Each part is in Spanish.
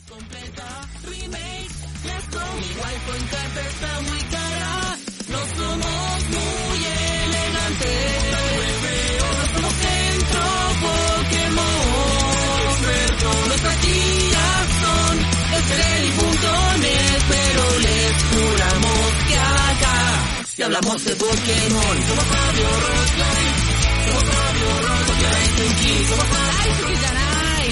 Pero les juramos que acá, si hablamos de Pokémon, somos Radio Rockline, somos Radio Rockline, Daisuki, somos Daisuki Janai,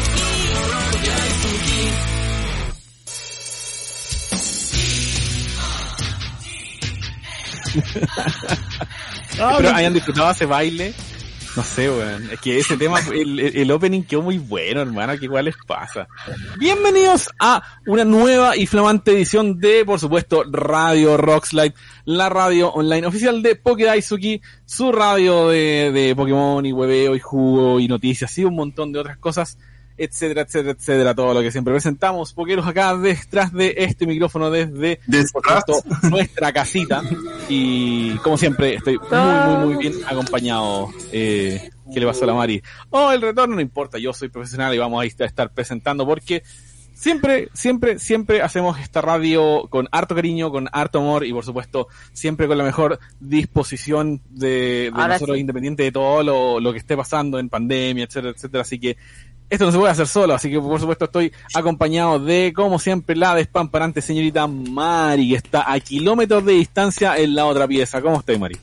Daisuki. Pero hayan disfrutado ese baile. No sé, weón. Es que ese tema, el opening quedó muy bueno, hermano. ¿Qué igual les pasa? Bienvenidos a una nueva y flamante edición de, por supuesto, Radio Rockslide, la radio online oficial de Pokédaisuki, su radio de Pokémon y hueveo y jugo y noticias y un montón de otras cosas, etcétera, etcétera, etcétera. Todo lo que siempre presentamos. Pokeros acá detrás de este micrófono desde, por supuesto, nuestra casita. Y como siempre, estoy muy bien acompañado. ¿Qué le pasó a la Mari? El retorno no importa, yo soy profesional y vamos a estar presentando porque siempre hacemos esta radio con harto cariño, con harto amor y por supuesto siempre con la mejor disposición de nosotros, sí, independiente de todo lo que esté pasando en pandemia, etcétera, etcétera. Así que esto no se puede hacer solo, así que por supuesto estoy acompañado de, como siempre, la despamparante señorita Mari, que está a kilómetros de distancia en la otra pieza. ¿Cómo estás, Mari?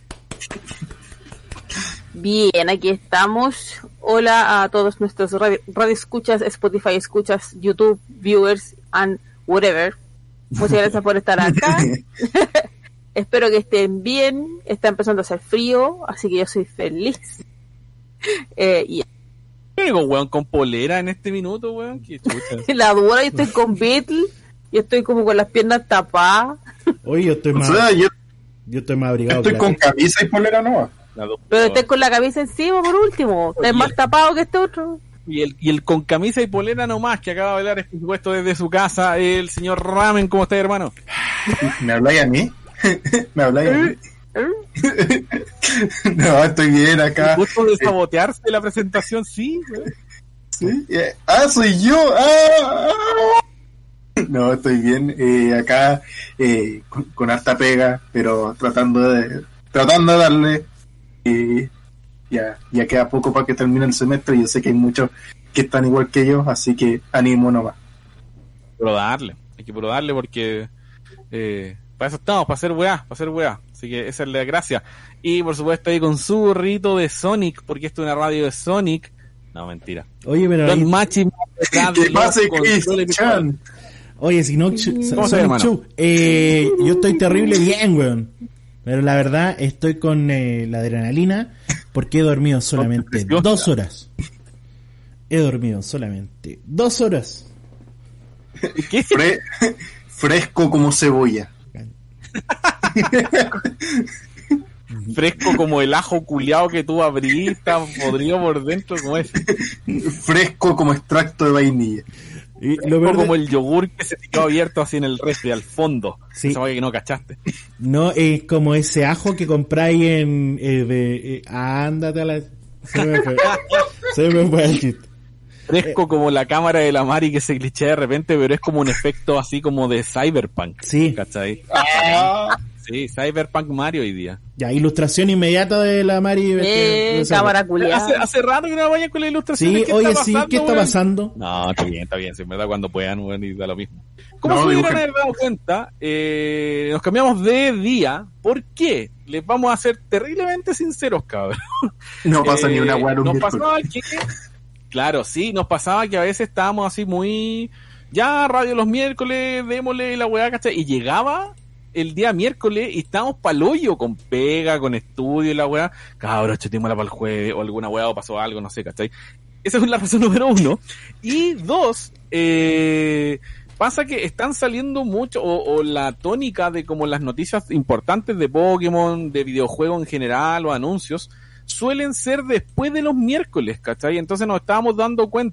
Bien, aquí estamos. Hola a todos nuestros radio escuchas, Spotify escuchas, YouTube viewers and whatever. Muchas gracias por estar acá. Espero que estén bien. Está empezando a hacer frío, así que yo soy feliz. Y digo, weón, con polera en este minuto, weón. Qué chucha. La dura, yo estoy con Beatle. Yo estoy como con las piernas tapadas. Oye, yo estoy más. O sea, yo estoy más abrigado. Estoy con camisa y polera nueva. Pero estés con la camisa encima por último. Estás más tapado que este otro. Y el con camisa y polera nomás, que acaba de hablar, por supuesto, desde su casa, el señor Ramen. ¿Cómo está, hermano? ¿Me habláis a mí? ¿Me habláis a mí? No, estoy bien acá. ¿Gusto de sabotearse la presentación? Sí, güey. ¿Sí? Soy yo. No, estoy bien. Acá con harta pega, pero tratando de darle. Ya queda poco para que termine el semestre. Yo sé que hay muchos que están igual que yo, así que ánimo nomás. Hay que darle porque para eso estamos, para hacer weá. Así que esa es la gracia. Y por supuesto ahí con su gorrito de Sonic, porque esto es una radio de Sonic. No, mentira. Oye, pero Don Machi, ¿qué pasa, Chris Chan? Oye, si no, ¿cómo se llama, hermano? Yo estoy terrible bien, weón. Pero la verdad, estoy con la adrenalina porque he dormido solamente 2 horas. He dormido solamente 2 horas. ¿Qué? Fresco como cebolla. Fresco como el ajo culiao que tú abrís, tan podrido por dentro como es. Fresco como extracto de vainilla. Y lo verde... como el yogur que se te quedó abierto así en el refri al fondo. Sí. Esa que no cachaste. No, es como ese ajo que compráis en ándate a la... Se me fue el chiste. Fresco como la cámara de la Mari que se glitchea de repente, pero es como un efecto así como de Cyberpunk. Sí. ¿Cachai? Sí, Cyberpunk Mario hoy día. Ya, ilustración inmediata de la Mari. Cámara culiada. Hace rato que no vayan con la ilustración. Sí, oye, sí, ¿qué está pasando? No, está bien, si en verdad cuando puedan, bueno, y da lo mismo. Como se pudieron haber dado cuenta, nos cambiamos de día. ¿Por qué? Les vamos a ser terriblemente sinceros, cabrón. No pasa ni una hueá. Nos pasaba que... Claro, sí, nos pasaba que a veces estábamos así muy... Ya, radio los miércoles, démosle la weá, ¿cachai? Y llegaba el día miércoles y estábamos pa'l hoyo, con pega, con estudio y la weá. Cabrón, chutémosla para el jueves, o alguna weá, o pasó algo, no sé, ¿cachai? Esa es la razón número 1. Y 2, pasa que están saliendo mucho, o la tónica de como las noticias importantes de Pokémon, de videojuegos en general, o anuncios, suelen ser después de los miércoles, ¿cachai? Entonces nos estábamos dando cuenta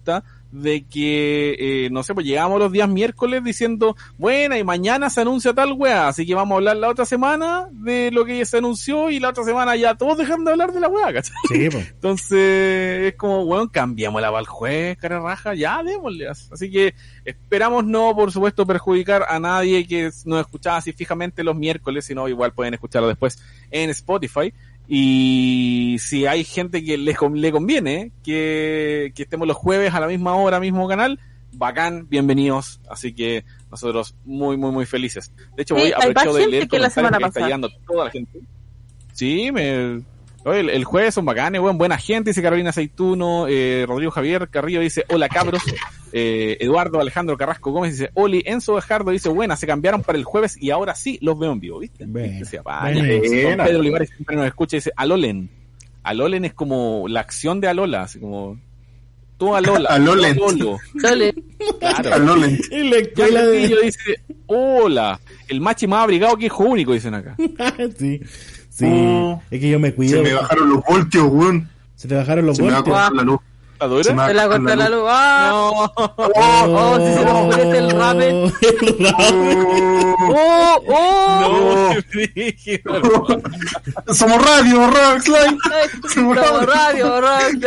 de que, no sé, pues llegamos los días miércoles diciendo, bueno, y mañana se anuncia tal weá, así que vamos a hablar la otra semana de lo que se anunció y la otra semana ya todos dejan de hablar de la weá, ¿cachai? Sí, pues. Entonces, es como, bueno, cambiámosla para el jueves, cara raja, ya démosle. Así que esperamos no, por supuesto, perjudicar a nadie que nos escuchaba así fijamente los miércoles, sino igual pueden escucharlo después en Spotify. Y si hay gente que le conviene que estemos los jueves a la misma hora, mismo canal, bacán, bienvenidos. Así que nosotros muy, muy, muy felices. De hecho, Sí, aprovecho de leer que la semana que está pasada. llegando toda la gente. Sí, oye, el jueves son bacanes, buena gente, dice Carolina Aceituno, Rodrigo Javier Carrillo dice, hola cabros, Eduardo Alejandro Carrasco Gómez dice, Oli, Enzo Gajardo dice, buena, se cambiaron para el jueves y ahora sí los veo en vivo, ¿viste? Bueno, Decía, bueno. Pedro Olivares siempre nos escucha y dice, Alolen. Alolen es como la acción de Alola, así como, tú Alola. Alolen. Alolo. Dale. Claro. Alolen. Y la escuela de... Castillo dice, hola, el machi más abrigado que hijo único, dicen acá. Sí, sí. Es que yo me cuido. Se me bajaron los voltios, weón. Se te bajaron los Se me va a voltios. cortar la luz. ¿Está dura? Se me va Se a la cortar corta la luz. luz. ¡Ah! No. Oh, si se nos oscurece el ramen. El ramen. ¡Oh! ¡Oh! No, qué brígido. Somos Radio Rockslide. Somos Todo radio,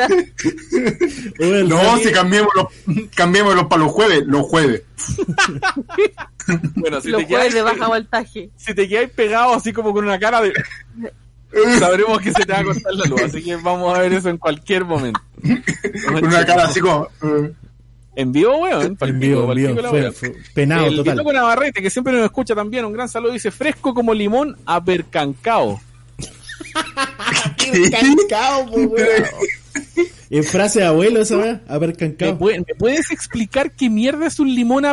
El No, ramen. si cambiémoslos para los jueves. Los jueves. Bueno, si Los te jueves de quedas, baja voltaje. si te quedas pegado así como con una cara de... Sabremos que se te va a cortar la luz, así que vamos a ver eso en cualquier momento. Con una cara así como... En vivo, weón. En vivo, fue penado el total. Tito Navarrete, que siempre nos escucha también, un gran saludo, dice, fresco como limón apercancao. Cancao, po, weón. En frase de abuelo esa weá, haber ¿Me cancao. puedes explicar qué mierda es un limón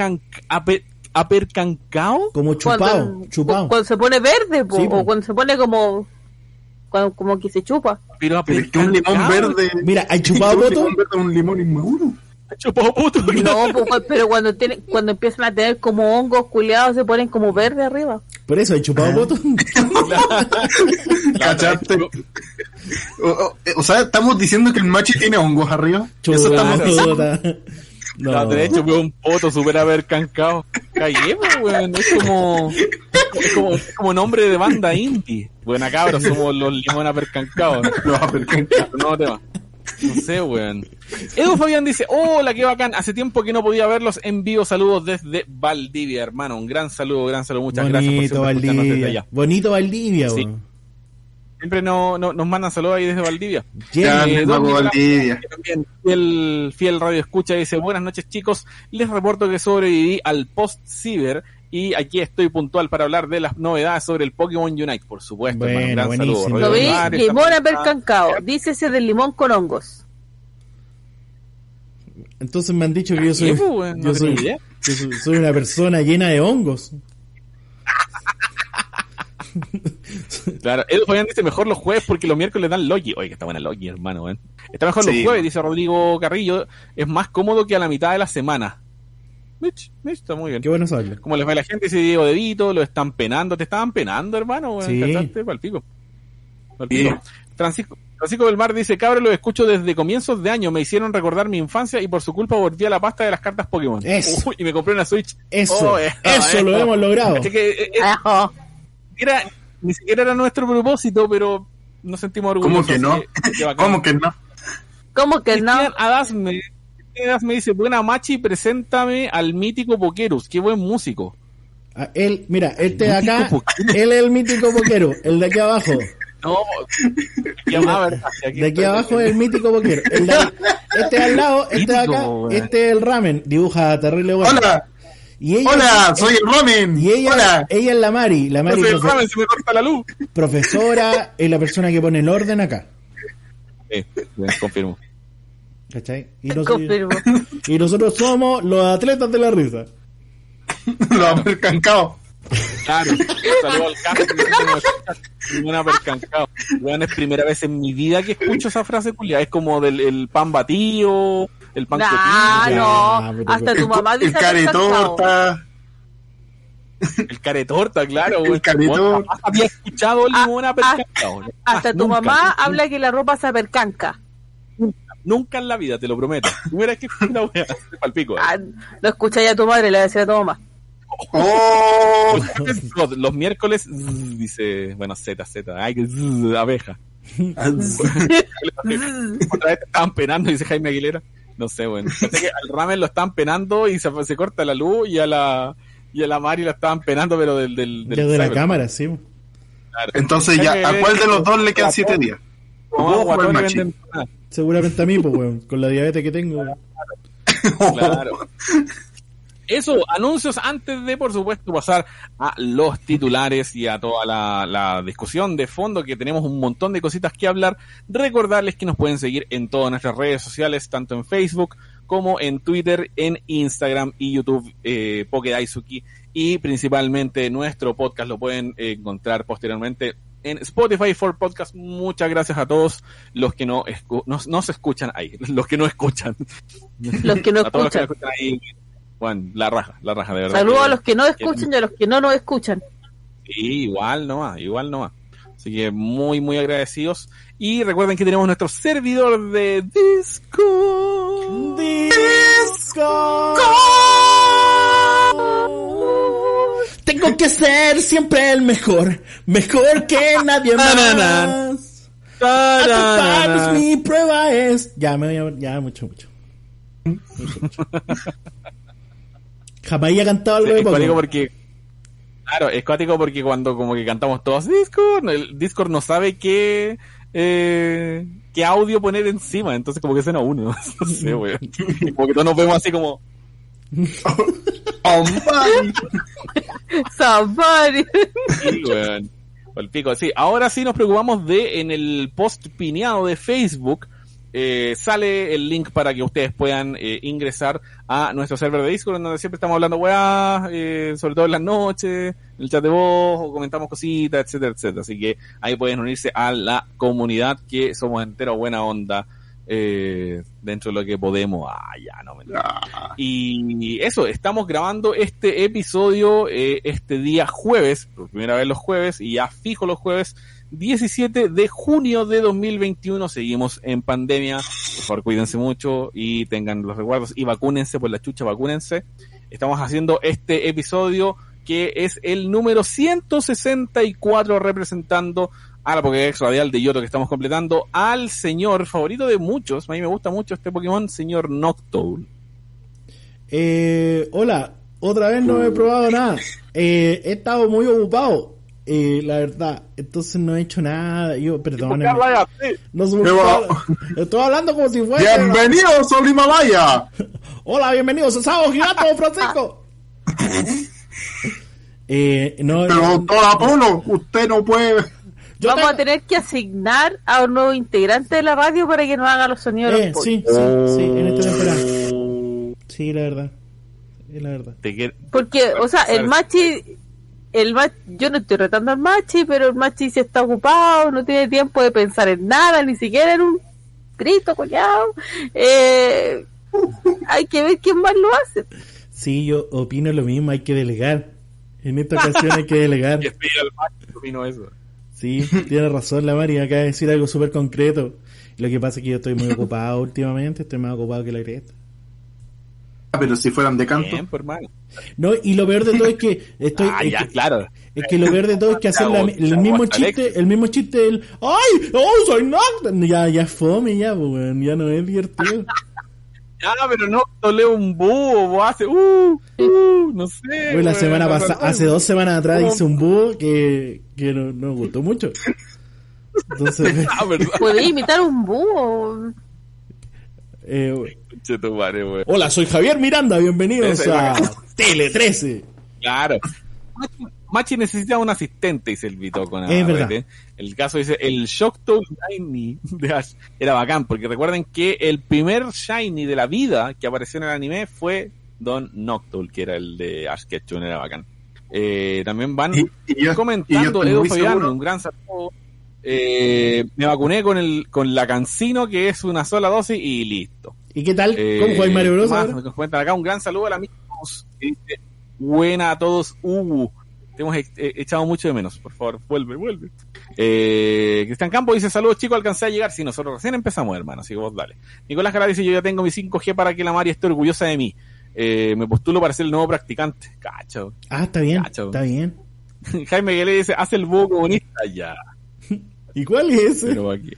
apercancao? Como chupado, chupado. Cuando se pone verde, po, Sí, po. o cuando se pone como que se chupa. Pero Pero es que un limón verde... Mira, ¿hay chupado un poto? limón verde es un limón inmaduro. Chupado puto. No, pero cuando empiezan a tener como hongos culiados se ponen como verde arriba. Por eso, ¿hay chupado poto? ¿Cachaste? O sea, estamos diciendo que el machi tiene hongos arriba. Eso estamos diciendo. Chuta. No, de hecho, fue un poto súper apercancao. Callemos, weón. Es como nombre de banda indie. Buena cabros, somos los limón apercancaos. Los apercancaos. No tema. No sé, weón. Edu Fabián dice, hola, qué bacán. Hace tiempo que no podía verlos en vivo. Saludos desde Valdivia, hermano. Un gran saludo. Muchas gracias por siempre escucharnos desde allá. Bonito Valdivia, Sí. weón. Siempre nos mandan saludos ahí desde Valdivia. Ya, Don Mago Nicolás, Valdivia. que también fiel radio escucha, dice, buenas noches chicos, les reporto que sobreviví al post-ciber y aquí estoy puntual para hablar de las novedades sobre el Pokémon Unite, por supuesto. Bueno, hermano, un gran buenísimo. saludo. Lo Rodrigo vi, Olivares, limón también apercancao. Dícese del limón con hongos. Entonces me han dicho que yo soy, ¿Qué, pues, weón? No yo soy, tenía idea. yo soy una persona llena de hongos. Claro, Edu Fabián dice mejor los jueves porque los miércoles dan Logi. Oye, que está buena Logi, hermano, weón. Está mejor los Sí. jueves, dice Rodrigo Carrillo. Es más cómodo que a la mitad de la semana. Mitch, está muy bien. Qué bueno saberlo. Como les va a la gente, dice Diego De Vito, lo están penando. Te estaban penando, hermano, weón. Sí. ¿Cachaste? Pa'l pico. Bien. Francisco del Mar dice, cabrón, los escucho desde comienzos de año, me hicieron recordar mi infancia y por su culpa volví a la pasta de las cartas Pokémon. Eso. Uy, y me compré una Switch. Eso, Oh, eso lo hemos logrado. Así que, Ajo. ni siquiera era nuestro propósito, pero nos sentimos orgullosos. ¿Cómo que no? Qué bacán. ¿Cómo que no? ¿Cómo que no? Cristian Adaz me dice, buena Machi, preséntame al mítico Pokerus, qué buen músico. Ah, él, mira, este de acá, mítico poquero. él es el mítico poquero, el de aquí abajo. No, verdad, De aquí abajo es el mítico poquero. Este de al lado, este de acá, Mítico, weón. este es el ramen, dibuja terrible bueno. Hola, Y ella, hola, soy el ramen. Y ella, Hola. ella es la Mari, la Mari No sé, el profe- ramen se me corta la luz. profesora, es la persona que pone el orden acá. Sí, confirmo. ¿Cachai? Confirmo. Y nosotros somos los atletas de la risa. Los apercancaos. Claro, saludo al caso que siempre me escucha, un apercancao. Weón, es primera vez en mi vida que escucho esa frase culiada. Es como del el pan batido, el pan Nah, cotilla, no. pero- Hasta tu mamá El dice apercancao. caretorta. el caretorta, claro. weón. caretorta. Weón, jamás había escuchado el limón apercancao. Hasta tu Nunca. mamá habla que la ropa se apercanca. Nunca en la vida, te lo prometo. Primera vez que escucho una wea, palpico. Lo escucha ya tu madre, le va a decir a tu mamá. ¡Oh! Los miércoles, dice, bueno, Z, ay, abeja. Otra vez te estaban penando, dice Jaime Aguilera. No sé, bueno. Pensé que al ramen lo estaban penando y se corta la luz y a la Mari la estaban penando, pero del de la cámara, sí. Claro. Entonces ya, ¿a cuál de los dos le quedan 7 días? Seguramente a mí, pues, weón, con la diabetes que tengo. Claro. Eso, anuncios antes de, por supuesto, pasar a los titulares y a toda la discusión de fondo, que tenemos un montón de cositas que hablar. Recordarles que nos pueden seguir en todas nuestras redes sociales, tanto en Facebook como en Twitter, en Instagram y YouTube, Pokedaisuki, y principalmente nuestro podcast lo pueden encontrar posteriormente en Spotify for Podcast. Muchas gracias a todos los que no se escuchan ahí, los que no escuchan. Los que no a todos escuchan. Los que no escuchan ahí. Bueno, la raja, de verdad. Saludos a los que no escuchan y a los que no nos escuchan. Sí, igual nomás. Así que muy, muy agradecidos. Y recuerden que tenemos nuestro servidor de Discord. Tengo que ser siempre el mejor que nadie más. Atrapar es mi prueba es. Ya mucho. Jamás había cantado algo de Pokémon. Porque, claro, es cuático porque cuando como que cantamos todos Discord, el Discord no sabe qué audio poner encima, entonces como que suena uno. No sé, weón. Como que todos nos vemos así como... Somebody. Sí, weón. El pico, sí. Ahora sí nos preocupamos en el post pineado de Facebook, sale el link para que ustedes puedan ingresar a nuestro server de Discord, donde siempre estamos hablando weá, sobre todo en las noches, en el chat de voz, o comentamos cositas, etcétera, etcétera. Así que ahí pueden unirse a la comunidad, que somos entero buena onda, dentro de lo que podemos. Y eso, estamos grabando este episodio este día jueves, por primera vez los jueves, y ya fijo los jueves 17 de junio de 2021. Seguimos en pandemia, por favor cuídense mucho y tengan los resguardos y vacúnense por la chucha, vacúnense. Estamos haciendo este episodio que es el número 164, representando a la Pokédex radial de Yoto, que estamos completando al señor favorito de muchos. A mí me gusta mucho este Pokémon, señor Noctowl. Hola, otra vez no he probado nada. He estado muy ocupado, la verdad. Entonces no he hecho nada. Perdónenme. No estoy hablando como si fuera... ¡Bienvenidos al Himalaya! Hola, bienvenidos a Sábado Gigante, don Francisco. Pero toda Polo, usted no puede... Vamos a tener que asignar a un nuevo integrante de la radio para que nos haga los sonidos de los sí, en esta temporada. Sí, la verdad. Es la verdad. Porque, o sea, el Machi, yo no estoy retando al Machi, pero el Machi se está ocupado, no tiene tiempo de pensar en nada, ni siquiera en un grito, coñado. Hay que ver quién más lo hace. Sí, yo opino lo mismo, hay que delegar. En esta ocasión hay que delegar. Y espera al Machi, opino eso. Sí, tiene razón la Mari, acaba de decir algo súper concreto. Lo que pasa es que yo estoy muy ocupado últimamente, estoy más ocupado que la cresta. Pero si fueran de canto. Bien, pues, hermano. No, y lo peor de todo es que claro. Es que lo peor de todo es que hacer el mismo chiste del ¡ay! ¡Oh, soy Nocturne! Ya fome, ya, pues, ya no es divertido. Ya, pero no leo un búho, hace no sé. Pues la semana pasada, hace 2 semanas atrás hice un búho que no gustó mucho. Entonces, ¿podés imitar un búho? Hola, soy Javier Miranda, bienvenidos a Tele 13. Claro. Machi necesita un asistente, dice el Vito con es verdad. El caso dice, el Shocktown Shiny de Ash era bacán, porque recuerden que el primer Shiny de la vida que apareció en el anime fue Don Noctowl, que era el de Ash Ketchum, era bacán. También van comentando, Edo Fabián, un gran saludo. Me vacuné con la Cancino, que es una sola dosis y listo. ¿Y qué tal? ¿Cómo fue Mario Bros? Nos cuentan acá, un gran saludo a la misma que dice, buena a todos, te hemos echado mucho de menos, por favor, vuelve. Cristian Campo dice, saludos chicos, alcancé a llegar. Sí, nosotros recién empezamos, hermano, así que vos dale. Nicolás Jara dice, yo ya tengo mi 5G para que la Mari esté orgullosa de mí. Me postulo para ser el nuevo practicante. Cacho. Ah, está bien, Cacho. está bien. Jaime Guele dice, hace el búho comunista. Ya. ¿Y cuál es ese? Pero aquí.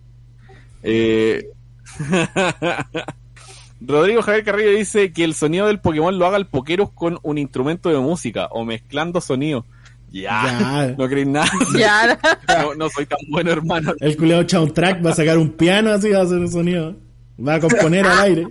Rodrigo Javier Carrillo dice que el sonido del Pokémon lo haga el Pokeros con un instrumento de música o mezclando sonido. Ya. No creéis nada. Ya. No soy tan bueno, hermano. El culiao echa un track, va a sacar un piano así, va a hacer el sonido. Va a componer al aire.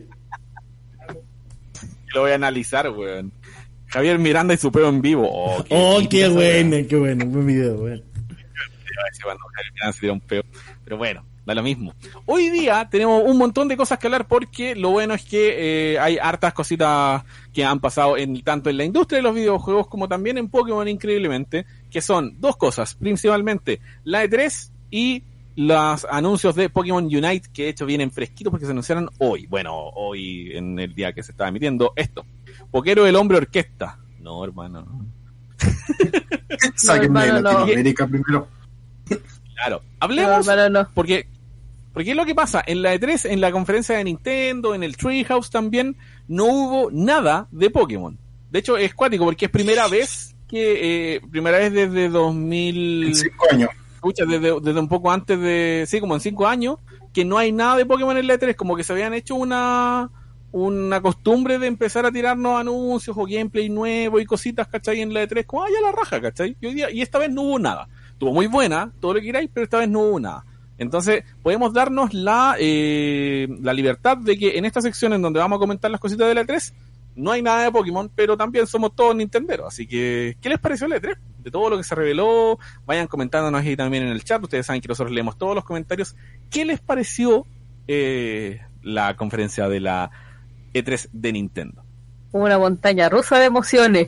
Lo voy a analizar, weón. Javier Miranda y su peo en vivo. Qué bueno, qué bueno. Buen video, weón. Javier Miranda se tira un peo. Pero bueno, da lo mismo. Hoy día tenemos un montón de cosas que hablar porque lo bueno es que hay hartas cositas que han pasado tanto en la industria de los videojuegos como también en Pokémon, increíblemente, que son dos cosas, principalmente la E3 y los anuncios de Pokémon Unite, que de hecho vienen fresquitos porque se anunciaron hoy. Bueno, hoy en el día que se está emitiendo esto. Pokero el hombre orquesta. No, hermano. Sáquenme de Latinoamérica primero. Claro, hablemos porque es lo que pasa, en la E3, en la conferencia de Nintendo, en el Treehouse también, no hubo nada de Pokémon. De hecho, es cuático porque es primera vez desde 2000... 5 años. Escucha, desde un poco antes de... Sí, como en 5 años, que no hay nada de Pokémon en la E3, como que se habían hecho una costumbre de empezar a tirarnos anuncios o gameplay nuevo y cositas, ¿cachai? En la E3, como, ya la raja, ¿cachai? Y esta vez no hubo nada. Estuvo muy buena, todo lo que queráis, pero esta vez no hubo nada. Entonces, podemos darnos la libertad de que en esta sección en donde vamos a comentar las cositas de la E3, no hay nada de Pokémon, pero también somos todos nintenderos. Así que, ¿qué les pareció la E3? De todo lo que se reveló, vayan comentándonos ahí también en el chat. Ustedes saben que nosotros leemos todos los comentarios. ¿Qué les pareció la conferencia de la E3 de Nintendo? Una montaña rusa de emociones.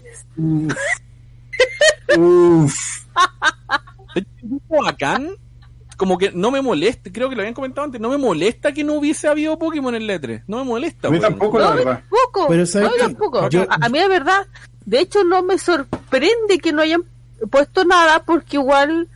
Bacán. Como que no me molesta, creo que lo habían comentado antes, no me molesta que no hubiese habido Pokémon en la E3. No me molesta. A mí tampoco, la verdad. Tampoco. A mí, de verdad, de hecho, no me sorprende que no hayan puesto nada, porque igual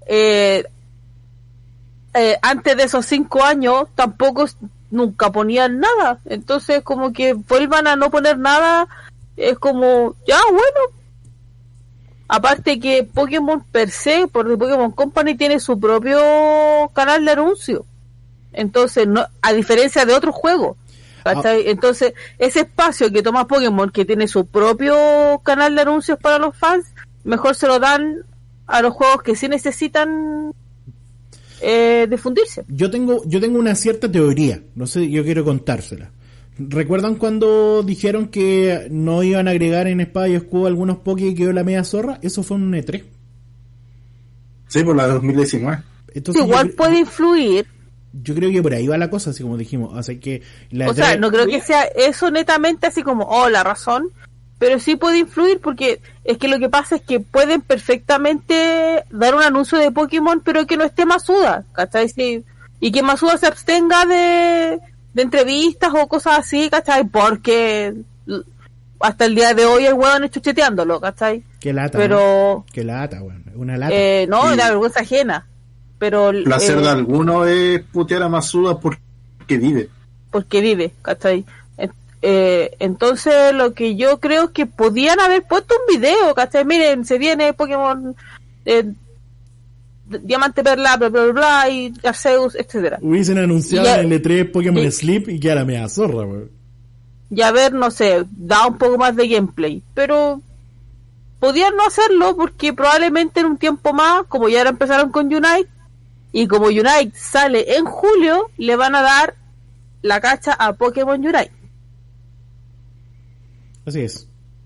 antes de esos 5 años tampoco nunca ponían nada. Entonces, como que vuelvan a no poner nada, es como, ya, bueno. Aparte que Pokémon per se, porque Pokémon Company tiene su propio canal de anuncio. Entonces, no, a diferencia de otros juegos. ¿Cachai? Entonces, ese espacio que toma Pokémon, que tiene su propio canal de anuncios para los fans, mejor se lo dan a los juegos que sí necesitan difundirse. Yo tengo una cierta teoría, no sé, yo quiero contársela. ¿Recuerdan cuando dijeron que no iban a agregar en Espada y Escudo algunos Poké y quedó la media zorra? Eso fue en un E3. Sí, por la de 2019. Entonces, igual puede influir. Yo creo que por ahí va la cosa, así como dijimos. O sea, que no creo que sea eso netamente así como, la razón, pero sí puede influir, porque es que lo que pasa es que pueden perfectamente dar un anuncio de Pokémon, pero que no esté Masuda, ¿cachai? Sí, y que Masuda se abstenga de entrevistas o cosas así, ¿cachai? Porque hasta el día de hoy el hueón está chucheteándolo, ¿cachai? Qué lata, pero... ¿no? Qué lata, weón. Una lata. No, la vergüenza ajena. Pero el placer de alguno es putear a Masuda porque vive. Porque vive, ¿cachai? Entonces lo que yo creo es que podían haber puesto un video, ¿cachai? Miren, se viene Pokémon... Diamante, Perla, bla bla bla, y Arceus, etcétera. Hubiesen anunciado en el E3 Pokémon Sleep y ya la media zorra, weón. Y a ver, no sé, da un poco más de gameplay, pero podían no hacerlo porque probablemente en un tiempo más, como ya ahora empezaron con Unite, y como Unite sale en julio, le van a dar la cacha a Pokémon Unite. Así es.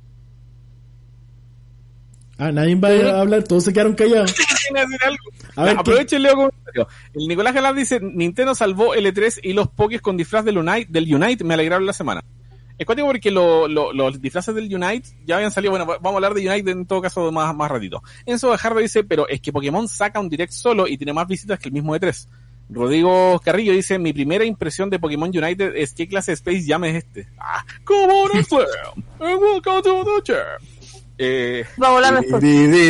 Nadie va a hablar, todos se quedaron callados. A ver, aprovecho y leo comentario. El Nicolás Galán dice: Nintendo salvó el E3 y los Pokés con disfraz del Unite me alegraron la semana. Es cuático porque los disfraces del Unite ya habían salido. Bueno, vamos a hablar de Unite en todo caso más ratito. Enzo Bajardo dice: pero es que Pokémon saca un direct solo y tiene más visitas que el mismo E3. Rodrigo Carrillo dice: mi primera impresión de Pokémon United es ¿qué clase de Space Jam es este? ¿Cómo no sé? Welcome to the champ. Vamos a hablar después.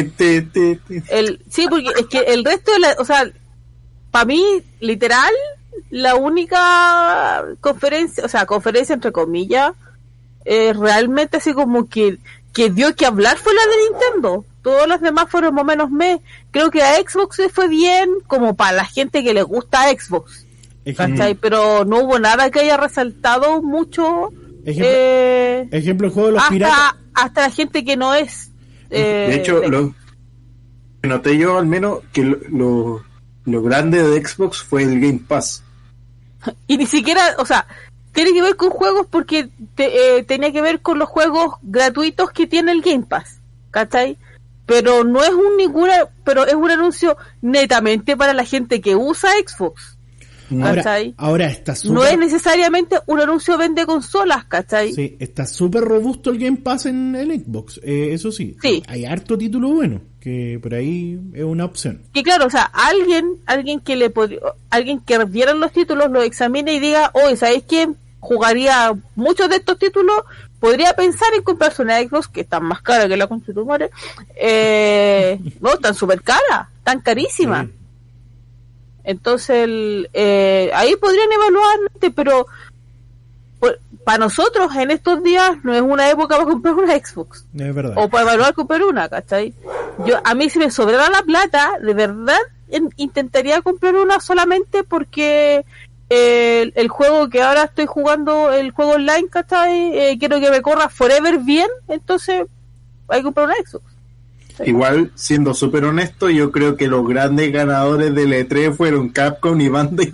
Sí, porque es que el resto de o sea, para mí, literal, la única conferencia entre comillas, realmente así como que dio que hablar fue la de Nintendo. Todos los demás fueron más o menos creo que a Xbox le fue bien, como para la gente que le gusta a Xbox. ¿Cachai? Pero no hubo nada que haya resaltado mucho. Ejemplo, el juego de los piratas. Hasta la gente que no es. De hecho, lo que noté yo al menos que lo grande de Xbox fue el Game Pass. Y ni siquiera, o sea, tiene que ver con juegos porque tenía que ver con los juegos gratuitos que tiene el Game Pass, ¿cachai? Pero no es pero es un anuncio netamente para la gente que usa Xbox. Ahora está súper... No es necesariamente un anuncio vende consolas, ¿cachai? Sí, está súper robusto el Game Pass en el Xbox, eso sí. Hay harto título bueno, que por ahí es una opción. Que claro, o sea, alguien que viera los títulos, los examine y diga, ¿sabéis qué? Jugaría muchos de estos títulos, podría pensar en comprarse una Xbox que está más cara que la concha de tu madre. No, están súper caras, tan carísimas. Sí. Entonces, ahí podrían evaluar, pero para nosotros en estos días no es una época para comprar una Xbox. Es verdad. O para evaluar comprar una, ¿cachai? A mí si me sobrara la plata, de verdad, intentaría comprar una solamente porque el juego que ahora estoy jugando, el juego online, ¿cachai? Quiero que me corra forever bien, entonces hay que comprar una Xbox. Igual, siendo súper honesto, yo creo que los grandes ganadores del E3 fueron Capcom y Bandai.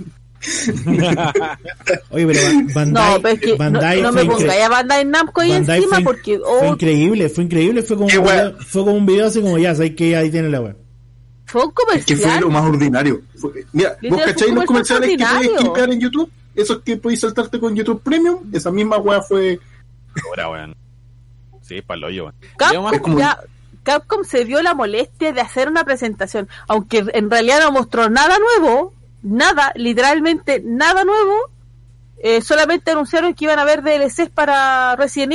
Oye, pero Bandai no me pongáis a Bandai Namco ahí encima porque... Fue increíble, fue como un video así como ya, sabes que ahí tiene la web. Fue un comercial. Es que fue lo más ordinario. Mira, ¿vos cacháis los comerciales que podéis clicar en YouTube? Esos que podéis saltarte con YouTube Premium, esa misma wea fue... Ahora, weón. Sí, pa'l hoyo, weón. Capcom se dio la molestia de hacer una presentación, aunque en realidad no mostró nada nuevo, literalmente nada nuevo, solamente anunciaron que iban a haber DLCs para Resident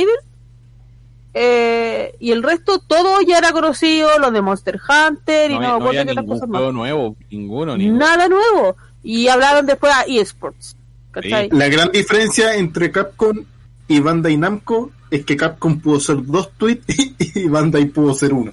Evil, y el resto todo ya era conocido, los de Monster Hunter, y no había ningún juego nuevo, ninguno. Nada nuevo, y hablaron después a eSports. Sí. La gran diferencia entre Capcom y Bandai Namco es que Capcom pudo ser 2 tweets y Bandai pudo ser 1.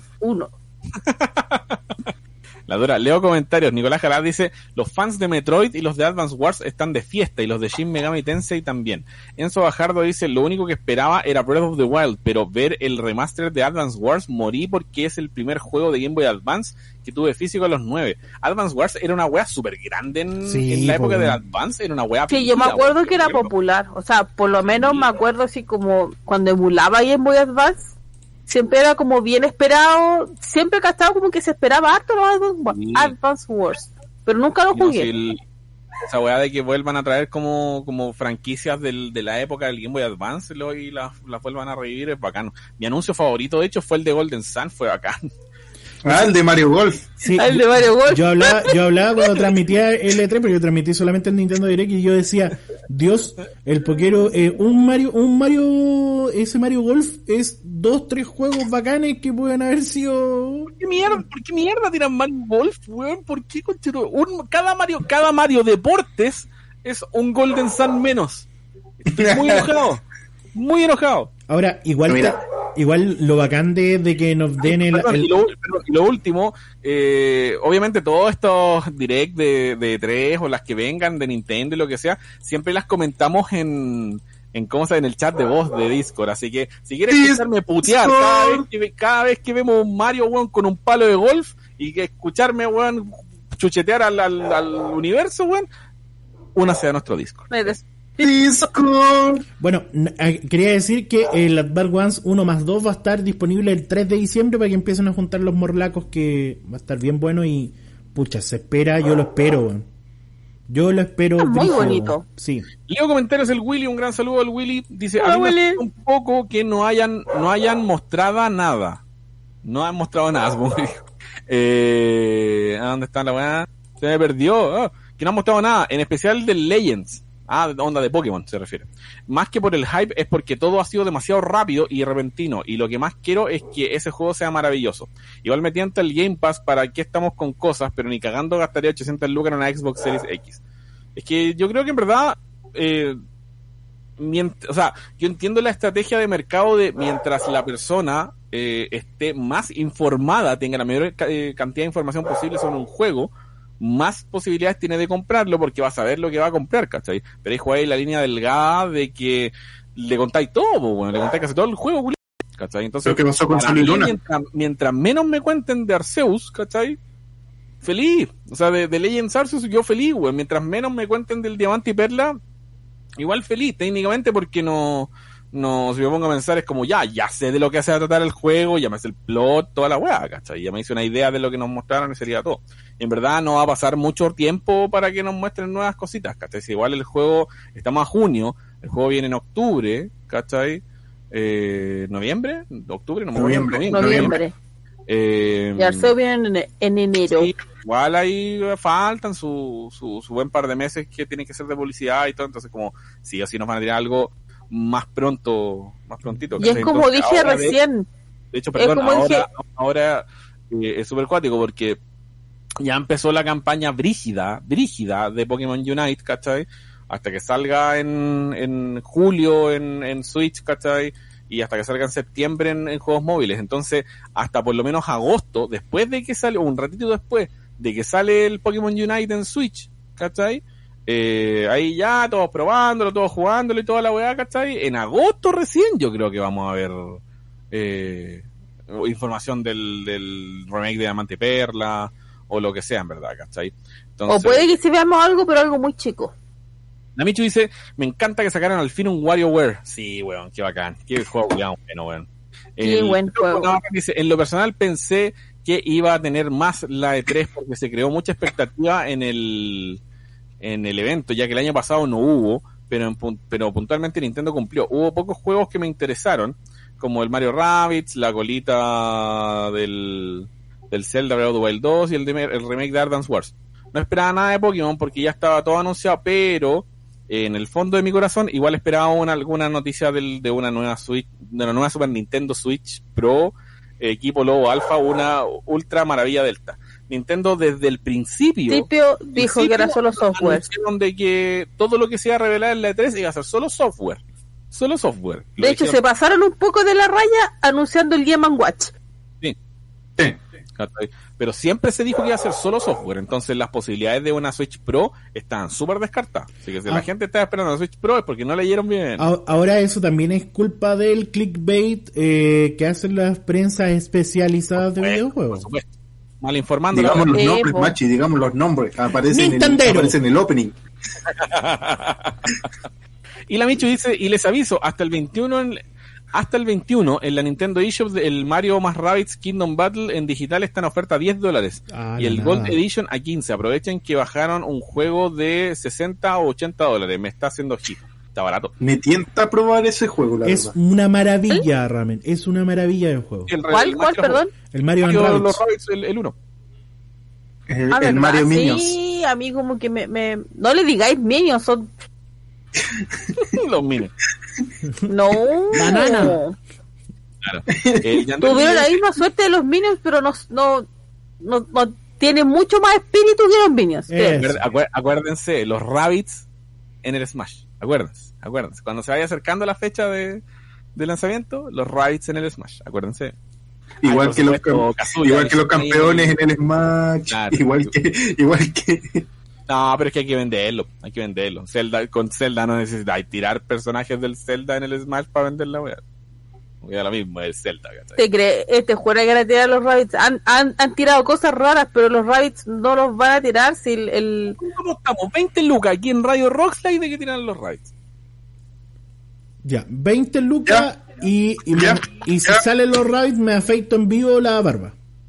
La dura. Leo comentarios. Nicolás Jalá dice: los fans de Metroid y los de Advance Wars están de fiesta, y los de Shin Megami Tensei también. Enzo Bajardo dice: lo único que esperaba era Breath of the Wild, pero ver el remaster de Advance Wars morí porque es el primer juego de Game Boy Advance que tuve físico a los 9. Advance Wars era una wea súper grande en la época de Advance, era una wea. Sí, yo me acuerdo que era popular, o sea, por lo menos me acuerdo así como cuando emulaba Game Boy Advance, siempre era como bien esperado, siempre que estaba como que se esperaba harto los Advance Wars, pero nunca lo jugué. Esa weá de que vuelvan a traer como franquicias de la época del Game Boy Advance y las vuelvan a revivir es bacano. Mi anuncio favorito de hecho fue el de Golden Sun, fue bacán. El de Mario Golf. Sí, el de Mario Golf. Yo hablaba cuando transmitía el E3, pero yo transmití solamente el Nintendo Direct y yo decía, Dios, el poquero, ese Mario Golf es 2-3 juegos bacanes que pueden haber sido... ¿Por qué mierda tiran Mario Golf, weón? ¿Por qué, conchero? Cada Mario Deportes es un Golden Sun menos. Estoy muy enojado. Ahora, igual lo bacán de que nos den Y lo último, obviamente todos estos direct de 3 o las que vengan de Nintendo y lo que sea, siempre las comentamos en el chat de voz de Discord, así que si quieres escucharme putear cada vez que vemos un Mario, weón, con un palo de golf, y que escucharme, weón, chuchetear al universo, weón, únase a nuestro Discord. Discord. Bueno, quería decir que el Advance Wars 1+2 va a estar disponible el 3 de diciembre para que empiecen a juntar los morlacos, que va a estar bien bueno y pucha, yo lo espero. Yo lo espero. Es muy bonito. Sí. Leo comentarios el Willy, un gran saludo al Willy. Dice: a mí me asusta un poco que no hayan mostrado nada. No han mostrado nada, supongo que dijo. ¿A dónde está la weá? Se me perdió. Que no han mostrado nada, en especial del Legends. Onda de Pokémon se refiere. Más que por el hype es porque todo ha sido demasiado rápido y repentino, y lo que más quiero es que ese juego sea maravilloso. Igual me tienta el Game Pass, para qué estamos con cosas, pero ni cagando gastaría 800 lucas en una Xbox Series X. Es que yo creo que en verdad, yo entiendo la estrategia de mercado de mientras la persona esté más informada, tenga la mayor cantidad de información posible sobre un juego, más posibilidades tiene de comprarlo, porque va a saber lo que va a comprar, ¿cachai? Pero ahí jugáis la línea delgada de que le contáis todo, bueno, le contáis casi todo el juego, ¿cachai? Entonces, ¿qué pasó con Sol y Luna? Mientras menos me cuenten de Arceus, ¿cachai? Feliz. O sea, de Legends Arceus yo feliz, güey. Mientras menos me cuenten del Diamante y Perla, igual feliz, técnicamente, porque si me pongo a pensar, es como ya sé de lo que se va a tratar el juego, ya me hace el plot, toda la weá, ¿cachai? Ya me hice una idea de lo que nos mostraron y sería todo. Y en verdad no va a pasar mucho tiempo para que nos muestren nuevas cositas, ¿cachai? Si igual el juego, estamos a junio, el juego viene en octubre, ¿cachai? ¿Noviembre? ¿Octubre? No me acuerdo. Noviembre. Y Arceus viene en enero. Sí, igual ahí faltan su buen par de meses que tienen que ser de publicidad y todo, entonces como sí o sí nos van a tirar algo más prontito. Y es como entonces, dije recién. De hecho, perdón, ahora es súper cuático porque ya empezó la campaña brígida de Pokémon Unite, ¿cachai? Hasta que salga en julio en Switch, ¿cachai? Y hasta que salga en septiembre en juegos móviles. Entonces, hasta por lo menos agosto, después de que sale, un ratito después de que sale el Pokémon Unite en Switch, ¿cachai? Ahí ya todos probándolo, todos jugándolo y toda la weá, ¿cachai? En agosto recién yo creo que vamos a ver información del remake de Diamante y Perla o lo que sea, en verdad, ¿cachai? Entonces, o puede que sí veamos algo, pero algo muy chico. Namichu dice, me encanta que sacaran al fin un WarioWare. Sí, weón, qué bacán. Qué juego bueno, weón. Qué buen juego. Dice, en lo personal pensé que iba a tener más la E3 porque se creó mucha expectativa en el evento, ya que el año pasado no hubo, pero puntualmente Nintendo cumplió. Hubo pocos juegos que me interesaron, como el Mario Rabbids, la colita del Zelda Breath of the Wild 2 y el remake de Advance Wars. No esperaba nada de Pokémon porque ya estaba todo anunciado, pero en el fondo de mi corazón igual esperaba alguna noticia de una nueva Switch, de una nueva Super Nintendo Switch Pro, equipo Lobo Alpha, una Ultra Maravilla Delta. Nintendo desde el principio dijo que era solo software, de que todo lo que se iba a revelar en la E3 iba a ser solo software. De hecho, se pasaron un poco de la raya anunciando el Game & Watch. Sí. Pero siempre se dijo que iba a ser solo software, entonces las posibilidades de una Switch Pro están súper descartadas. Así que si la gente está esperando una Switch Pro es porque no leyeron bien. Ahora eso también es culpa del clickbait que hacen las prensas especializadas de videojuegos. Por supuesto. Mal informando. Digamos los nombres, Machi, digamos los nombres. Aparecen en el opening. Y la Michu dice, y les aviso, hasta el 21 en la Nintendo eShop el Mario más Rabbids Kingdom Battle en digital está en oferta a $10 y el Gold Edition a $15. Aprovechen que bajaron un juego de $60 o $80. Me está haciendo hit. Está barato. Me tienta probar ese juego, la es verdad. Una maravilla, Ramen. Es una maravilla de juego. ¿Cuál, perdón? El Mario Rabbids. Los Rabbids, el 1. El Mario Minions. Sí, a mí como que me... No le digáis Minions, son... Los Minions. No. Claro. Tuvieron la misma suerte de los Minions, pero no tiene mucho más espíritu que los Minions. Acuérdense, los Rabbids en el Smash. Acuérdense. Cuando se vaya acercando la fecha de lanzamiento, los Rabbids en el Smash. Acuérdense. Igual que los campeones en el Smash. Claro. Igual que... No, pero es que hay que venderlo. Con Zelda no necesitas tirar personajes del Zelda en el Smash para vender la weá. Ya lo mismo, es Zelda. ¿Te crees? Juega que van a tirar los Rabbids. Han tirado cosas raras, pero los Rabbids no los van a tirar si ¿Cómo estamos? 20 lucas aquí en Radio Rockslide de que tiran los Rabbids. Ya, 20 lucas y si salen los Rabbids me afeito en vivo la barba.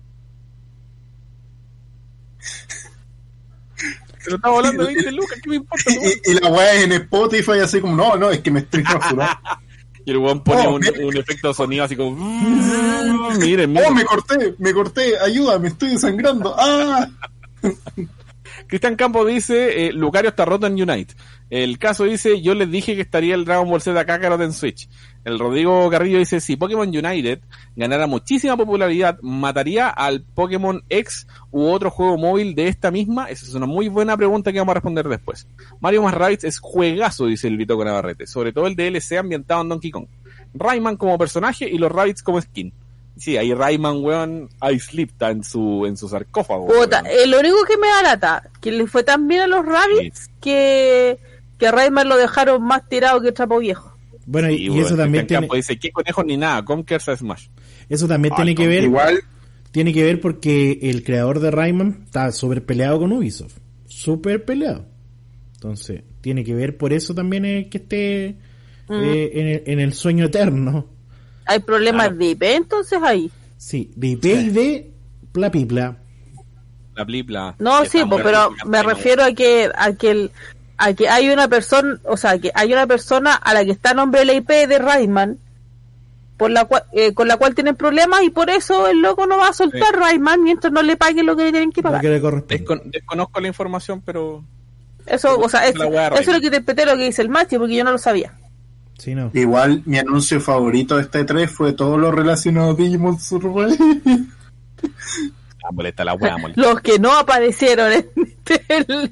Pero estamos hablando de 20 lucas, ¿qué me importa? Y la weá es en Spotify así como, no, es que me estoy rasurando. Y el weón pone un efecto de sonido así como... Miren. Oh, me corté, ayuda, me estoy desangrando. ¡Ah! Cristian Campos dice, Lucario está roto en Unite. El caso dice, yo les dije que estaría el Dragon Ball Z Kakarot en Switch. El Rodrigo Carrillo dice, si Pokémon United ganara muchísima popularidad, ¿mataría al Pokémon X u otro juego móvil de esta misma? Esa es una muy buena pregunta que vamos a responder después. Mario + Rabbids es juegazo, dice el Vito con Navarrete, sobre todo el DLC ambientado en Donkey Kong. Rayman como personaje y los Rabbids como skin. Sí, ahí Rayman, weón, ahí slipta en su sarcófago. Puta, lo único que me da lata, que le fue tan bien a los Rabbids que Rayman lo dejaron más tirado que trapo viejo. Bueno, sí, y eso también tiene... dice, ¿qué conejos ni nada? Conquers a Smash. Eso también tiene que ver... Igual... Tiene que ver porque el creador de Rayman está súper peleado con Ubisoft. Súper peleado. Entonces, tiene que ver por eso también que esté en el sueño eterno. Hay problemas de IP entonces ahí. Sí, de IP y de plapipla. La plipla. No, sí, pero me refiero a que hay una persona, o sea, que hay una persona a la que está a nombre de la IP de Rayman, por la cual, con la cual tienen problemas, y por eso el loco no va a soltar Rayman mientras no le paguen lo que le tienen que pagar. Desconozco la información, pero eso, o sea, eso es lo que interpreté lo que dice el Machi, porque yo no lo sabía. Sí, no. Igual mi anuncio favorito de este 3 fue todo lo relacionado a Digimon Survive. Molesta la wea, molesta. Los que no aparecieron en el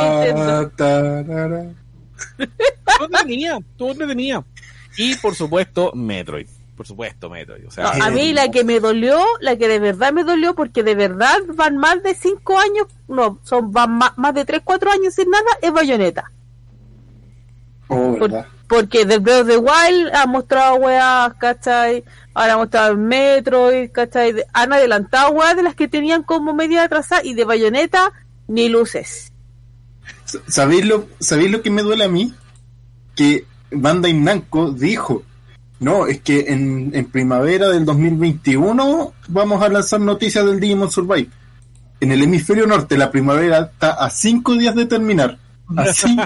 Todo entretenía. Y por supuesto, Metroid. O sea, no, a mí la que me dolió, la que de verdad me dolió, porque de verdad van más de 5 años, van más de 3-4 años sin nada, es Bayonetta. ¿Verdad? Porque The Breath of the Wild ha mostrado weas, ¿cachai? Ahora ha mostrado Metroid, ¿cachai? Han adelantado weas de las que tenían como media atrasada, y de Bayonetta ni luces. ¿Sabéis lo que me duele a mí? Que Bandai Namco dijo, no, es que en primavera del 2021 vamos a lanzar noticias del Digimon Survive. En el hemisferio norte la primavera está a 5 días de terminar. A 5.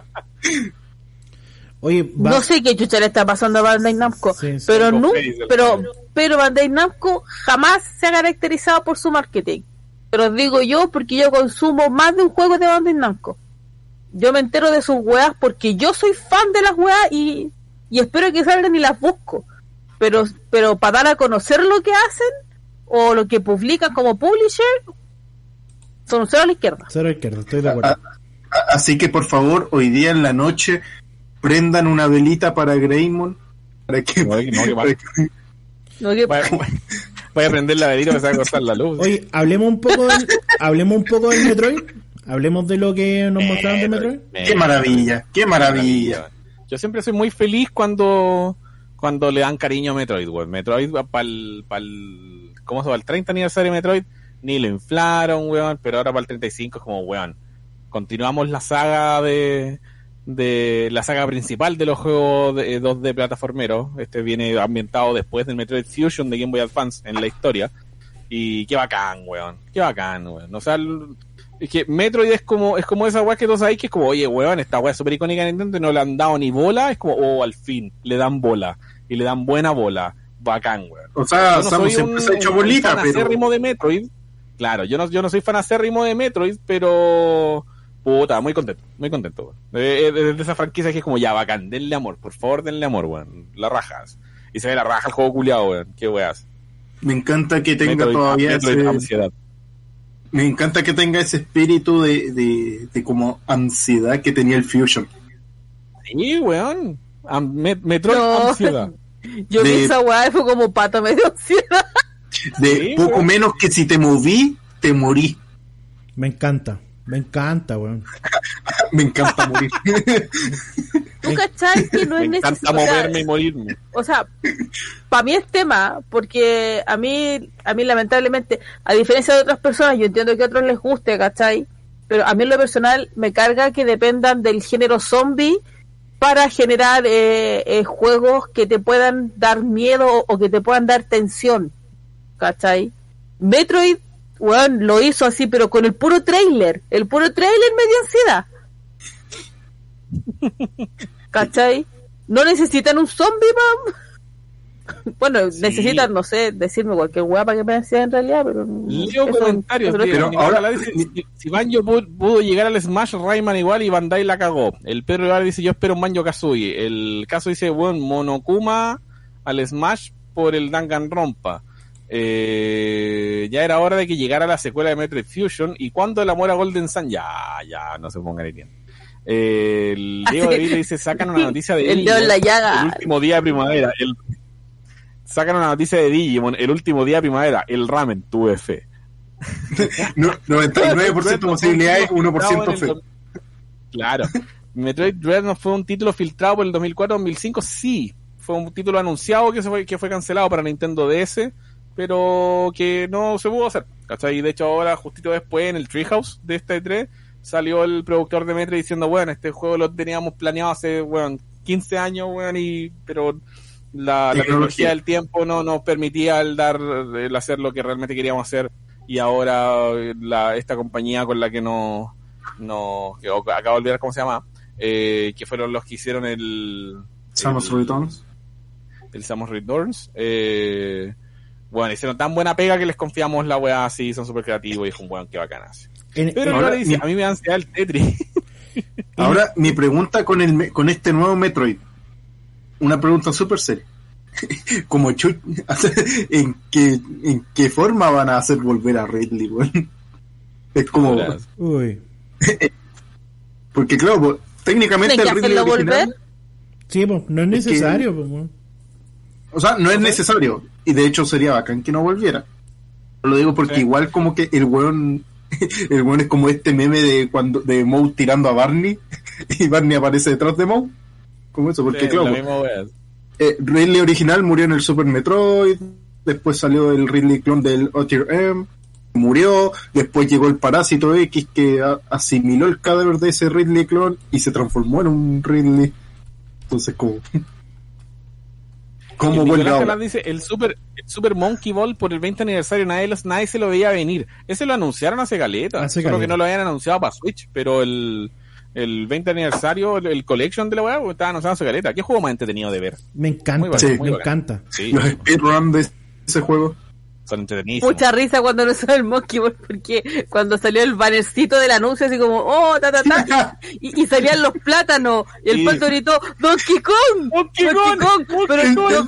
Oye, no sé qué chucha le está pasando a Bandai Namco, pero Bandai Namco jamás se ha caracterizado por su marketing. Pero digo yo porque yo consumo más de un juego de Bandai Namco. Yo me entero de sus weas porque yo soy fan de las weas y espero que salgan y las busco. Pero para dar a conocer lo que hacen o lo que publican como publisher, son cero a la izquierda. Cero a la izquierda, estoy de acuerdo. Así que por favor, hoy día en la noche prendan una velita para Greymon para que voy a prender la velita, me va a cortar la luz. Oye, hablemos un poco del Metroid. Hablemos de lo que nos mostraron de Metroid. Qué maravilla. Yo siempre soy muy feliz cuando le dan cariño a Metroid, weón. Metroid para ¿cómo se va? El 30 aniversario de Metroid ni lo inflaron, weón, pero ahora para el 35 es como, weón, continuamos la saga de la saga principal de los juegos 2D plataformeros. Este viene ambientado después del Metroid Fusion de Game Boy Advance en la historia. Y qué bacán, weón. O sea, es que Metroid es como esa weá que todos sabéis que es como, oye, weón, esta weá es super icónica de Nintendo y no le han dado ni bola. Es como, al fin, le dan bola. Y le dan buena bola. Bacán, weón. O sea, Samus siempre se ha hecho bolita, pero... fanacérrimo de Metroid. Claro, yo no soy fanacérrimo de Metroid, pero... puta, muy contento, weón. De esa franquicia que es como, ya, bacán, denle amor, por favor, denle amor, weón. La rajas. Y se ve la raja el juego culiado, weón. Qué weas. Me encanta que tenga todavía ansiedad. Me encanta que tenga ese espíritu de como ansiedad que tenía el Fusion. Sí, weón. Metroid ansiedad. Yo vi esa weá y fue como pato medio ansiedad. De poco menos que si te moví, te morí. Me encanta, weón. Me encanta morir. ¿Tú cachai que no es necesario? Me encanta moverme y morirme. O sea, para mí es tema, porque a mí lamentablemente, a diferencia de otras personas, yo entiendo que a otros les guste, ¿cachai? Pero a mí en lo personal me carga que dependan del género zombie para generar juegos que te puedan dar miedo o que te puedan dar tensión, ¿cachai? Metroid, bueno, lo hizo así, pero con el puro trailer me dio ansiedad. ¿Cachai? No necesitan un zombie, Bueno, Sí. necesitan, no sé, decirme cualquier hueá para que me sea en realidad, pero... Leo eso- comentarios, eso lo pero tengo. ahora dice, si Banjo pudo llegar al Smash, Rayman igual y Bandai la cagó. El Pedro Ibarra dice, yo espero un Banjo-Kazooie. El caso dice, bueno, Monokuma al Smash por el Danganronpa. Ya era hora de que llegara la secuela de Metroid Fusion. ¿Y cuándo el amor a Golden Sun? Ya, no se pongan bien. El Diego de Vila dice, sacan una noticia de El dedo en la llaga. el último día de primavera. Sacan una noticia de Digimon, el último día de primavera, el ramen, tuve fe. No, 99% posibilidades, 1% fe. Claro. Metroid Dread no fue un título filtrado por el 2004-2005, sí. Fue un título anunciado que fue cancelado para Nintendo DS, pero que no se pudo hacer. ¿Cachai? Y de hecho ahora, justito después, en el Treehouse de esta E3, salió el productor de Metroid diciendo, bueno, este juego lo teníamos planeado hace, 15 años, pero la tecnología del tiempo no nos permitía el hacer lo que realmente queríamos hacer, y ahora esta compañía con la que que acabo de olvidar cómo se llama, que fueron los que hicieron Samus Returns. El Samus Returns, hicieron tan buena pega que les confiamos la weá así, son súper creativos y es un weón que bacana así. Pero ahora dice, a mí me da ansiedad el Tetris. Ahora, mi pregunta con este nuevo Metroid. Una pregunta súper seria. Como ¿en qué forma van a hacer volver a Ridley, weón? Es como... Uy. Porque claro, pues, técnicamente ¿Tienen el que Ridley hacerlo original... volver? Sí, pues, no es necesario, pues, weón. O sea, no es necesario. Y de hecho sería bacán que no volviera. Lo digo porque igual como que el weón es como este meme de Moe tirando a Barney y Barney aparece detrás de Moe. Como eso, porque claro, Ridley original murió en el Super Metroid, después salió el Ridley clon del Otter M, murió, después llegó el Parásito X que asimiló el cadáver de ese Ridley clon y se transformó en un Ridley. Entonces ¿Cómo vuelve ahora? Dice, el Super Monkey Ball por el 20 aniversario, nadie se lo veía venir. Ese lo anunciaron hace caleta. Solo que no lo habían anunciado para Switch, pero el 20 aniversario, el Collection de la weá, estaba anunciado hace caleta. ¿Qué juego más entretenido de ver? Me encanta, me encanta. Sí. Los speedrun de ese juego son entretenidísimos. Mucha risa cuando no sale el Monkey Ball, porque cuando salió el bannercito del anuncio, así como, y salían los plátanos, y el pato gritó, Donkey Kong, pero yo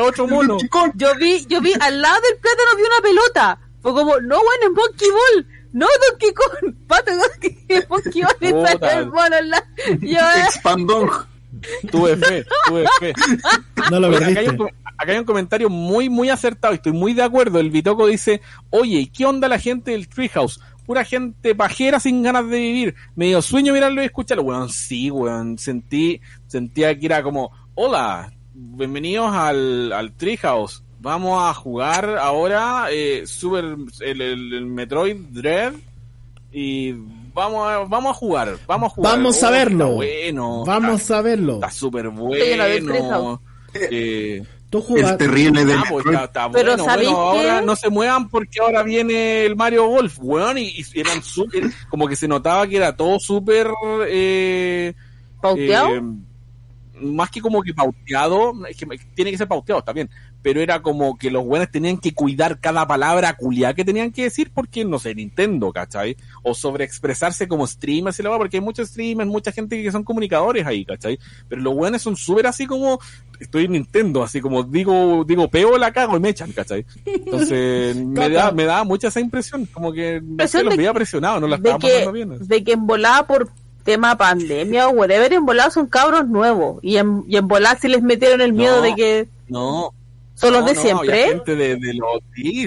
vi al lado del plátano vi una pelota, fue como, no, bueno, es Monkey Ball, no Donkey Kong, pato Monkey Ball, y salió el mono al lado, Expandong. Tuve fe. No lo perdiste. Acá hay un comentario muy, muy acertado y estoy muy de acuerdo. El Bitoco dice, oye, ¿qué onda la gente del Treehouse? Pura gente pajera sin ganas de vivir. Me dio sueño mirarlo y escucharlo. Weón, sí, weón. Sentía que era como, hola, bienvenidos al Treehouse. Vamos a jugar ahora el Metroid Dread y vamos a jugar. Vamos a verlo. Bueno, vamos a verlo. Está súper bueno. Tú jugas. El terrible del está pero bueno, ¿sabéis qué? Ahora no se muevan porque ahora viene el Mario Golf, weón, y eran súper, como que se notaba que era todo súper ¿pauteado? Más que como que pauteado, es que tiene que ser pauteado, está bien, pero era como que los buenos tenían que cuidar cada palabra culiada que tenían que decir porque, no sé, Nintendo, ¿cachai? O sobreexpresarse como streamers y la verdad, porque hay muchos streamers, mucha gente que son comunicadores ahí, ¿cachai? Pero los buenos son súper así como, estoy en Nintendo, así como digo peo, la cago y me echan, ¿cachai? Entonces me da mucha esa impresión, como que no sé, los veía presionados, no la estaban pasando bien. De que en volada por tema pandemia o whatever, en volada son cabros nuevos y en volada sí les metieron el miedo de que son los de siempre. Gente de los...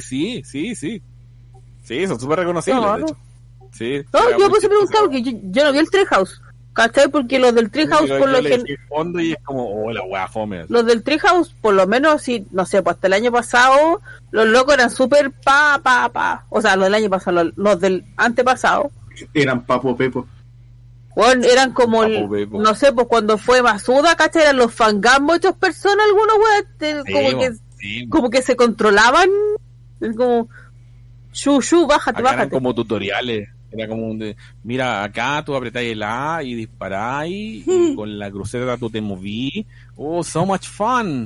Sí, son súper reconocibles, de hecho. Sí, yo pues he preguntado porque yo no vi el Treehouse, ¿cachai? Porque los del Treehouse por lo general fondo y es como, la wea fome. Los del Treehouse, por lo menos, sí, no sé, pues hasta el año pasado los locos eran súper o sea, los del año pasado, los del antepasado eran papo pepo. Bueno, eran como, no sé, pues cuando fue Masuda, ¿cachai? Eran los fangamos hechos personas, algunos weón, como que se controlaban, es como, bájate. Eran como tutoriales, era como mira, acá tú apretáis el A y disparáis, y con la cruceta tú te moví, so much fun.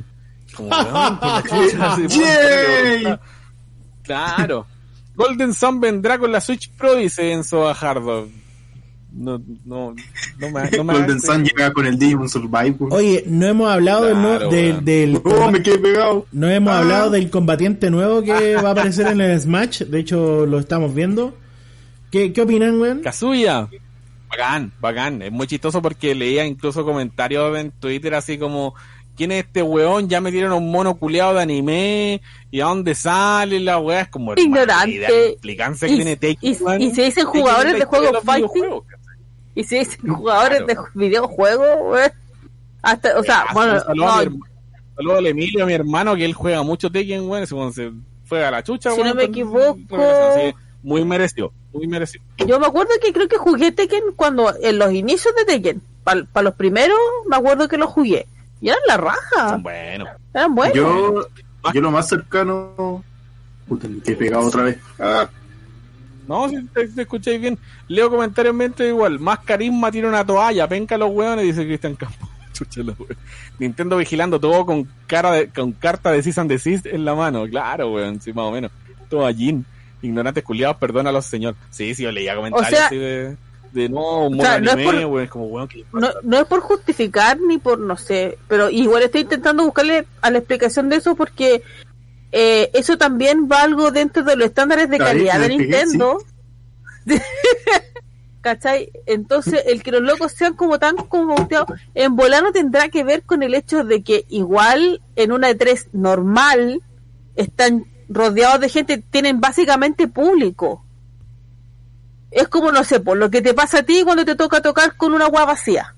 Como, weón, por la chucha, así, ¡Yay! Claro. Golden Sun vendrá con la Switch Pro, dice Enzo Bajardo. No me Golden Sun llega con el Digimon Survival. Oye, no hemos hablado Claro, del Oh, me quedé pegado. no hemos hablado del combatiente nuevo que va a aparecer en el Smash. De hecho, lo estamos viendo. ¿Qué opinan, weón? Kazuya. Bacán. Es muy chistoso porque leía incluso comentarios en Twitter así como, ¿quién es este weón? Ya metieron un mono culeado de anime, ¿y a dónde sale la weá? Es como Ignorante. Explicancia que tiene Tekken. Y se dicen jugadores de juegos fighting. Y si dicen jugadores de videojuegos, weón. Hasta, o sea, bueno, saludos al Emilio, a mi hermano, que él juega mucho Tekken, weón. Ese weón se fue a la chucha, si weón. no me equivoco. Sí, muy merecido. Yo me acuerdo que creo que jugué Tekken cuando, en los inicios de Tekken. Para los primeros, me acuerdo que los jugué. Y eran la raja. Son buenos. Eran buenos. Yo lo más cercano. Puta, me quedé pegado otra vez. No, si te escucháis bien. Leo comentarios en mente igual. Más carisma tiene una toalla. Penca los hueones, dice Cristian Campos. Chucha los hueones. Nintendo vigilando todo con carta de Cease and Desist en la mano. Claro, weón, sí, más o menos. Todo allí. Ignorantes culiados, perdónalos, señor. Sí, yo leía comentarios, o sea, así de no, un mono anime, weón, es como, weón, no es por justificar ni por, no sé, pero igual estoy intentando buscarle a la explicación de eso porque eso también va algo dentro de los estándares de calidad de Nintendo. Sí. ¿Cachai? Entonces, el que los locos sean como tan boteados, en volano tendrá que ver con el hecho de que igual en una E3 normal están rodeados de gente, tienen básicamente público. Es como, no sé, por lo que te pasa a ti cuando te toca tocar con una agua vacía.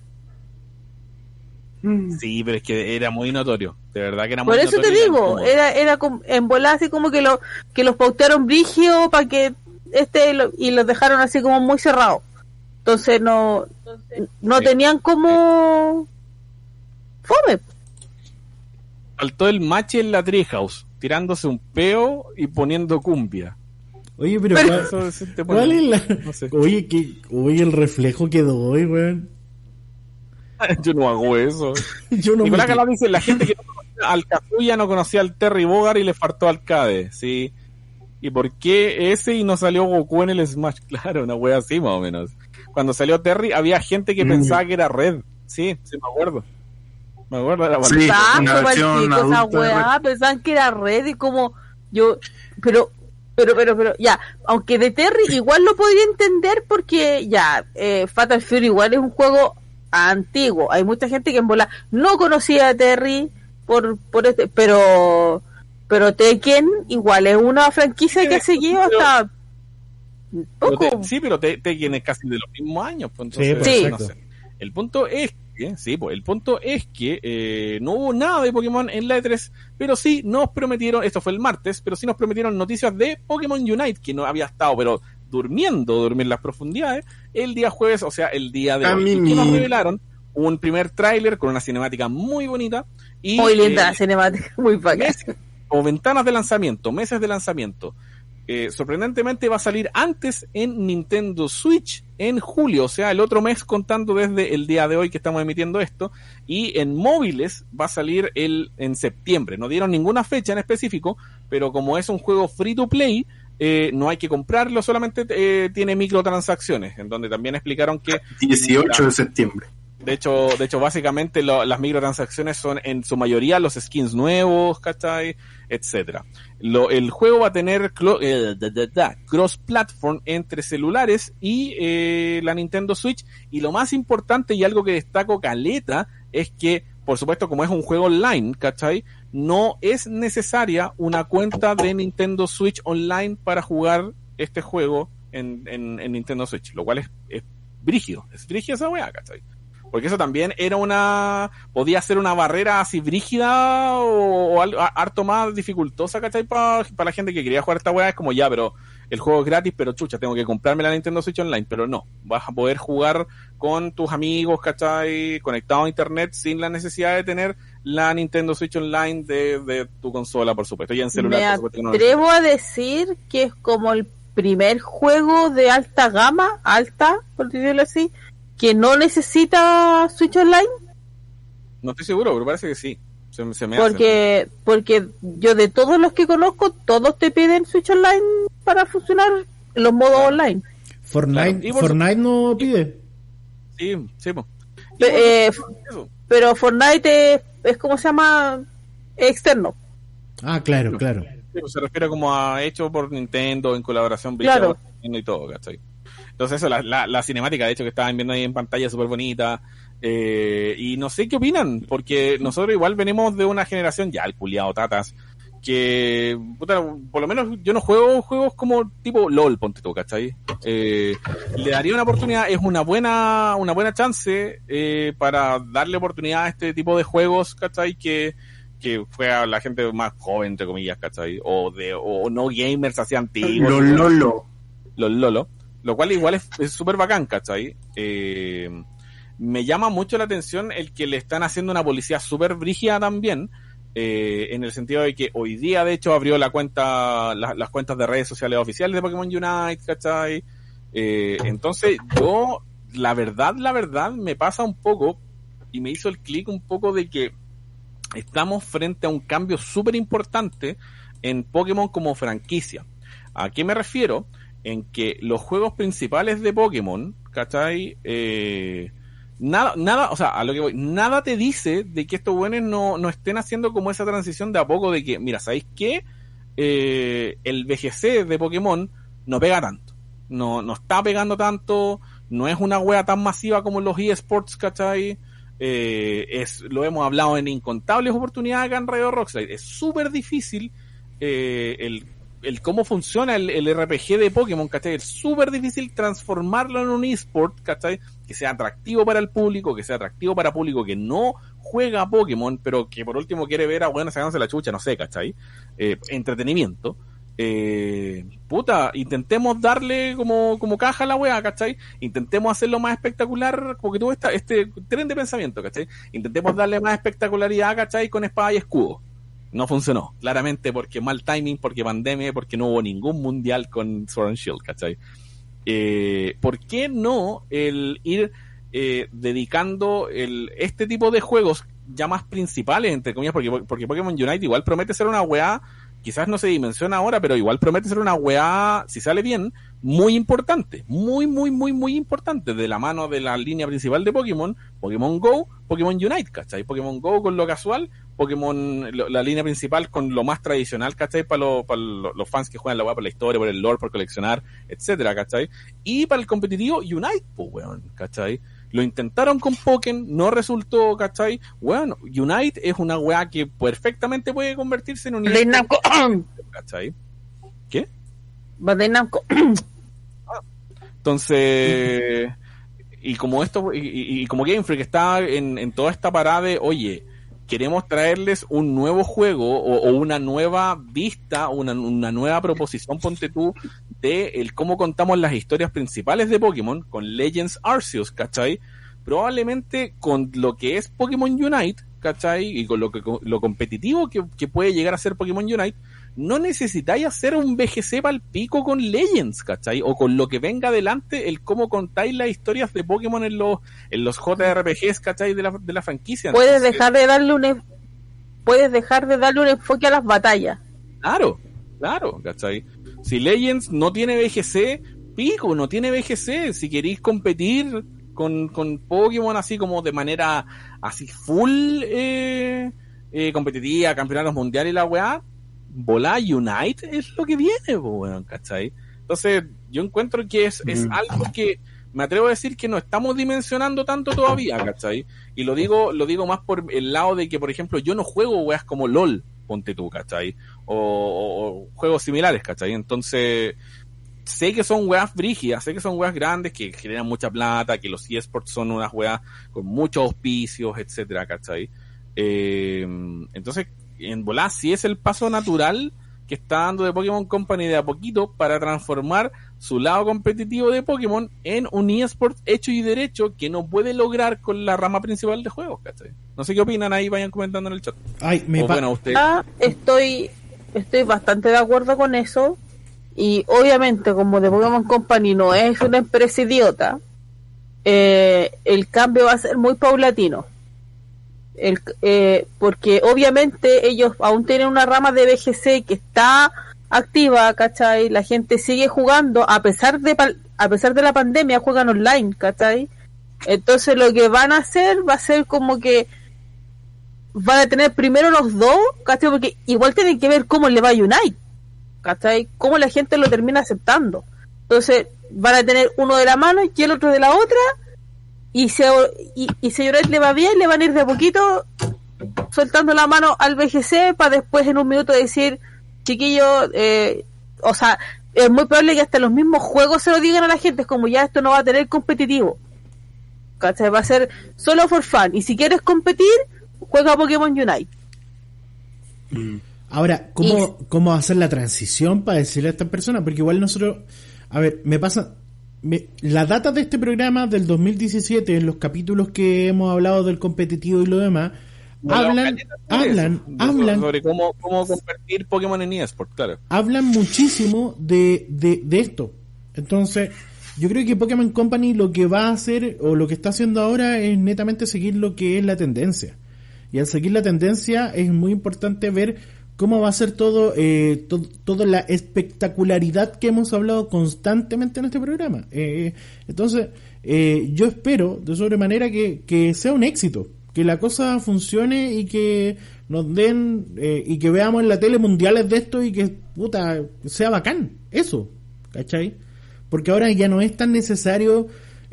Sí, pero es que era muy notorio, de verdad que era muy notorio. Por eso te digo, era como, en volada así como que los pautearon brígido para que y los dejaron así como muy cerrados. Entonces no tenían como fome. Faltó el machi en la Treehouse, tirándose un peo y poniendo cumbia. Oye, pero ¿cuál es la...? No sé. Oye, el reflejo quedó hoy, weón. Yo no hago eso. Yo no. Nicolás Calá dice, la gente que no conocía al Kazuya no conocía al Terry Bogard y le faltó al Cade, ¿sí? ¿Y por qué ese y no salió Goku en el Smash? Claro, una wea así más o menos. Cuando salió Terry había gente que pensaba que era Red. Sí, me acuerdo. Era sí, una versión esa weá, pensaban que era Red y como yo, pero ya, aunque de Terry igual lo podría entender porque ya, Fatal Fury igual es un juego antiguo, hay mucha gente que en bola no conocía a Terry por pero Tekken igual es una franquicia que ha seguido hasta poco. Pero Tekken es casi de los mismos años, pues, entonces, sí. No sé. El punto es que no hubo nada de Pokémon en la E3, pero sí nos prometieron, esto fue el martes, pero sí nos prometieron noticias de Pokémon Unite, que no había estado, pero dormir en las profundidades, el día jueves, o sea, el día de hoy. Y que nos revelaron un primer tráiler con una cinemática muy bonita. Y, muy linda la cinemática, muy bacana. O ventanas de lanzamiento, meses de lanzamiento. Sorprendentemente va a salir antes en Nintendo Switch en julio, o sea, el otro mes contando desde el día de hoy que estamos emitiendo esto, y en móviles va a salir en septiembre. No dieron ninguna fecha en específico, pero como es un juego free to play, no hay que comprarlo, solamente tiene microtransacciones, en donde también explicaron que 18 de septiembre. De hecho, básicamente las microtransacciones son en su mayoría los skins nuevos, ¿cachai? Etcétera. El juego va a tener cross-platform entre celulares y la Nintendo Switch. Y lo más importante y algo que destaco caleta es que, por supuesto, como es un juego online, ¿cachai? No es necesaria una cuenta de Nintendo Switch online para jugar este juego en Nintendo Switch, lo cual es brígido. Es brígida esa weá, ¿cachai? Porque eso también podía ser una barrera así brígida o harto más dificultosa, ¿cachai? Para la gente que quería jugar esta weá, es como ya, pero el juego es gratis, pero chucha, tengo que comprarme la Nintendo Switch Online, pero no, vas a poder jugar con tus amigos, ¿cachai? Conectado a internet sin la necesidad de tener la Nintendo Switch Online de tu consola, por supuesto, y en celular. Me atrevo a decir que es como el primer juego de alta gama, por decirlo así, que no necesita Switch Online. No estoy seguro, pero parece que sí. Se me hace. Porque yo de todos los que conozco, todos te piden Switch Online para funcionar en los modos online. Fortnite, Claro. Fortnite no pide. Sí, pues. Pero Fortnite es como se llama, externo. Ah, claro. Sí, pues se refiere como a hecho por Nintendo en colaboración Claro. con Nintendo y todo, ¿cachai? Entonces eso, la cinemática, de hecho, que estaban viendo ahí en pantalla, súper bonita. Y no sé qué opinan, porque nosotros igual venimos de una generación, ya el culiado tatas, que, puta, por lo menos yo no juego juegos como tipo LOL, ponte tú, ¿cachai? Le daría una oportunidad, es una buena chance para darle oportunidad a este tipo de juegos, ¿cachai? Que fue a la gente más joven, entre comillas, ¿cachai? O no gamers así antiguos. Los Lolo. Lo cual igual es súper bacán, ¿cachai? Me llama mucho la atención el que le están haciendo una policía súper brígida también, en el sentido de que hoy día, de hecho, abrió la cuenta, las cuentas de redes sociales oficiales de Pokémon Unite, ¿cachai? Entonces, yo, la verdad, me pasa un poco, y me hizo el clic un poco de que estamos frente a un cambio súper importante en Pokémon como franquicia. ¿A qué me refiero? En que los juegos principales de Pokémon, ¿cachai? Nada, o sea, a lo que voy, nada te dice de que estos buenos no estén haciendo como esa transición de a poco de que, mira, ¿sabéis qué? El VGC de Pokémon no pega tanto. No está pegando tanto, no es una wea tan masiva como los eSports, ¿cachai? Lo hemos hablado en incontables oportunidades acá en Radio Rockslide. Es súper difícil el cómo funciona el RPG de Pokémon, ¿cachai? Es súper difícil transformarlo en un eSport, ¿cachai? Que sea atractivo para el público, que sea atractivo para público que no juega a Pokémon, pero que por último quiere ver a bueno sacándose la chucha, no sé, ¿cachai? Entretenimiento. Intentemos darle como caja a la wea, ¿cachai? Intentemos hacerlo más espectacular, porque tuvo este tren de pensamiento, ¿cachai? Intentemos darle más espectacularidad, ¿cachai? Con espada y escudo. No funcionó, claramente porque mal timing, porque pandemia, porque no hubo ningún mundial con Sword and Shield, ¿cachai? ¿Por qué no el ir dedicando este tipo de juegos ya más principales, entre comillas, porque Pokémon Unite igual promete ser una weá, quizás no se dimensiona ahora, pero igual promete ser una weá, si sale bien, muy importante, muy importante, de la mano de la línea principal de Pokémon Go, Pokémon Unite, ¿cachai? Pokémon Go con lo casual, Pokémon, la línea principal con lo más tradicional, ¿cachai? Para los fans que juegan la weá por la historia, por el lore, por coleccionar, etcétera, ¿cachai? Y para el competitivo, Unite, pues weón, ¿cachai? Lo intentaron con Pokémon, no resultó, ¿cachai? Bueno, Unite es una weá que perfectamente puede convertirse en un... ¿cachai? ¿Qué? Bandai Namco. Entonces, y como esto, y como Game Freak está en toda esta parada de, oye, queremos traerles un nuevo juego o una nueva vista, una nueva proposición, ponte tú, de el cómo contamos las historias principales de Pokémon con Legends Arceus, ¿cachai? Probablemente con lo que es Pokémon Unite, ¿cachai? Y con lo competitivo que puede llegar a ser Pokémon Unite, no necesitáis hacer un VGC pa'l pico con Legends, ¿cachai? O con lo que venga adelante, el cómo contáis las historias de Pokémon en los JRPGs, ¿cachai? De la franquicia. Puedes dejar de darle un enfoque a las batallas. Claro, ¿cachai? Si Legends no tiene VGC, pico, no tiene VGC. Si queréis competir con Pokémon así como de manera así full competitiva, campeonatos mundiales y la weá, volá Unite es lo que viene, weón, ¿cachai? Entonces, yo encuentro que es algo que me atrevo a decir que no estamos dimensionando tanto todavía, ¿cachai? Y lo digo más por el lado de que, por ejemplo, yo no juego weas como LOL, ponte tú, ¿cachai? O juegos similares, ¿cachai? Entonces, sé que son weas brígidas, sé que son weas grandes, que generan mucha plata, que los eSports son unas weas con muchos auspicios, etcétera, ¿cachai? Entonces, en volá sí es el paso natural que está dando de Pokémon Company de a poquito para transformar su lado competitivo de Pokémon en un eSport hecho y derecho que no puede lograr con la rama principal de juegos, ¿cachai? No sé qué opinan ahí, vayan comentando en el chat. Estoy bastante de acuerdo con eso, y obviamente como de Pokémon Company no es una empresa idiota, el cambio va a ser muy paulatino. porque obviamente ellos aún tienen una rama de BGC que está activa, ¿cachai? La gente sigue jugando a pesar de la pandemia, juegan online, ¿cachai? Entonces lo que van a hacer va a ser como que van a tener primero los dos, ¿cachai? Porque igual tienen que ver cómo le va a Unite, ¿cachai? Cómo la gente lo termina aceptando. Entonces van a tener uno de la mano y el otro de la otra, y si Unite le va bien, le van a ir de a poquito soltando la mano al BGC para después en un minuto decir, chiquillos, o sea, es muy probable que hasta los mismos juegos se lo digan a la gente, es como ya esto no va a tener competitivo, ¿cachai? Va a ser solo for fun, y si quieres competir, juega Pokémon Unite. Ahora, ¿cómo hacer la transición para decirle a estas personas? Porque igual nosotros, a ver, la data de este programa del 2017, en los capítulos que hemos hablado del competitivo y lo demás, hablan sobre cómo convertir Pokémon en eSport, claro. Hablan muchísimo de esto. Entonces, yo creo que Pokémon Company lo que va a hacer, o lo que está haciendo ahora, es netamente seguir lo que es la tendencia. Y al seguir la tendencia es muy importante ver cómo va a ser toda la espectacularidad que hemos hablado constantemente en este programa. Entonces, yo espero de sobremanera que sea un éxito, que la cosa funcione y que nos den y que veamos en la tele mundiales de esto y que sea bacán, eso, ¿cachai? Porque ahora ya no es tan necesario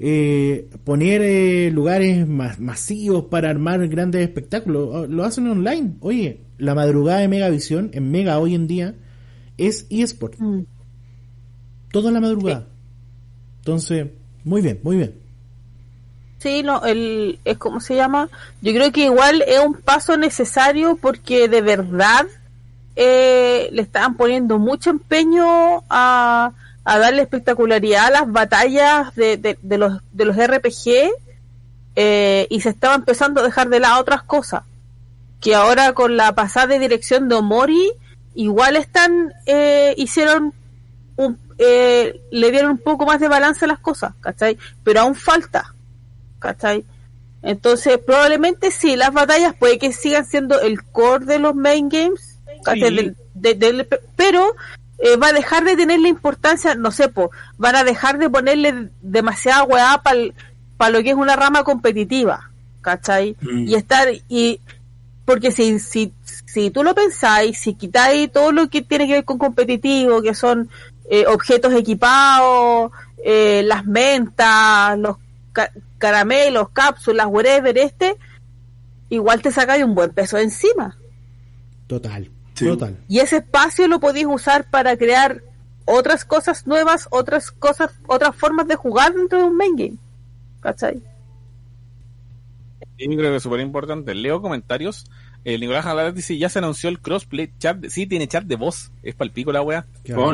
poner lugares masivos para armar grandes espectáculos, lo hacen online. Oye, la madrugada de Megavisión en Mega hoy en día es eSport, toda la madrugada. Sí. Entonces, muy bien. Sí, no, es como se llama. Yo creo que igual es un paso necesario porque de verdad le estaban poniendo mucho empeño a darle espectacularidad a las batallas de los RPG y se estaba empezando a dejar de lado otras cosas. Que ahora con la pasada de dirección de Omori igual hicieron le dieron un poco más de balance a las cosas, ¿cachai? Pero aún falta, ¿cachai? Entonces probablemente sí, las batallas puede que sigan siendo el core de los main games, ¿cachai? Sí. Pero va a dejar de tenerle importancia, no sé, van a dejar de ponerle demasiada weá para lo que es una rama competitiva, ¿cachai? Y porque si tú lo pensáis, si quitáis todo lo que tiene que ver con competitivo, que son objetos equipados, las mentas, los caramelos, cápsulas, whatever, igual te sacáis un buen peso encima. Total. Y ese espacio lo podéis usar para crear otras cosas nuevas, otras formas de jugar dentro de un main game, ¿cachai? Sí, creo que es súper importante. Leo comentarios. Nicolás Jalar dice, ya se anunció el crossplay chat. Sí, tiene chat de voz. Es palpico la wea.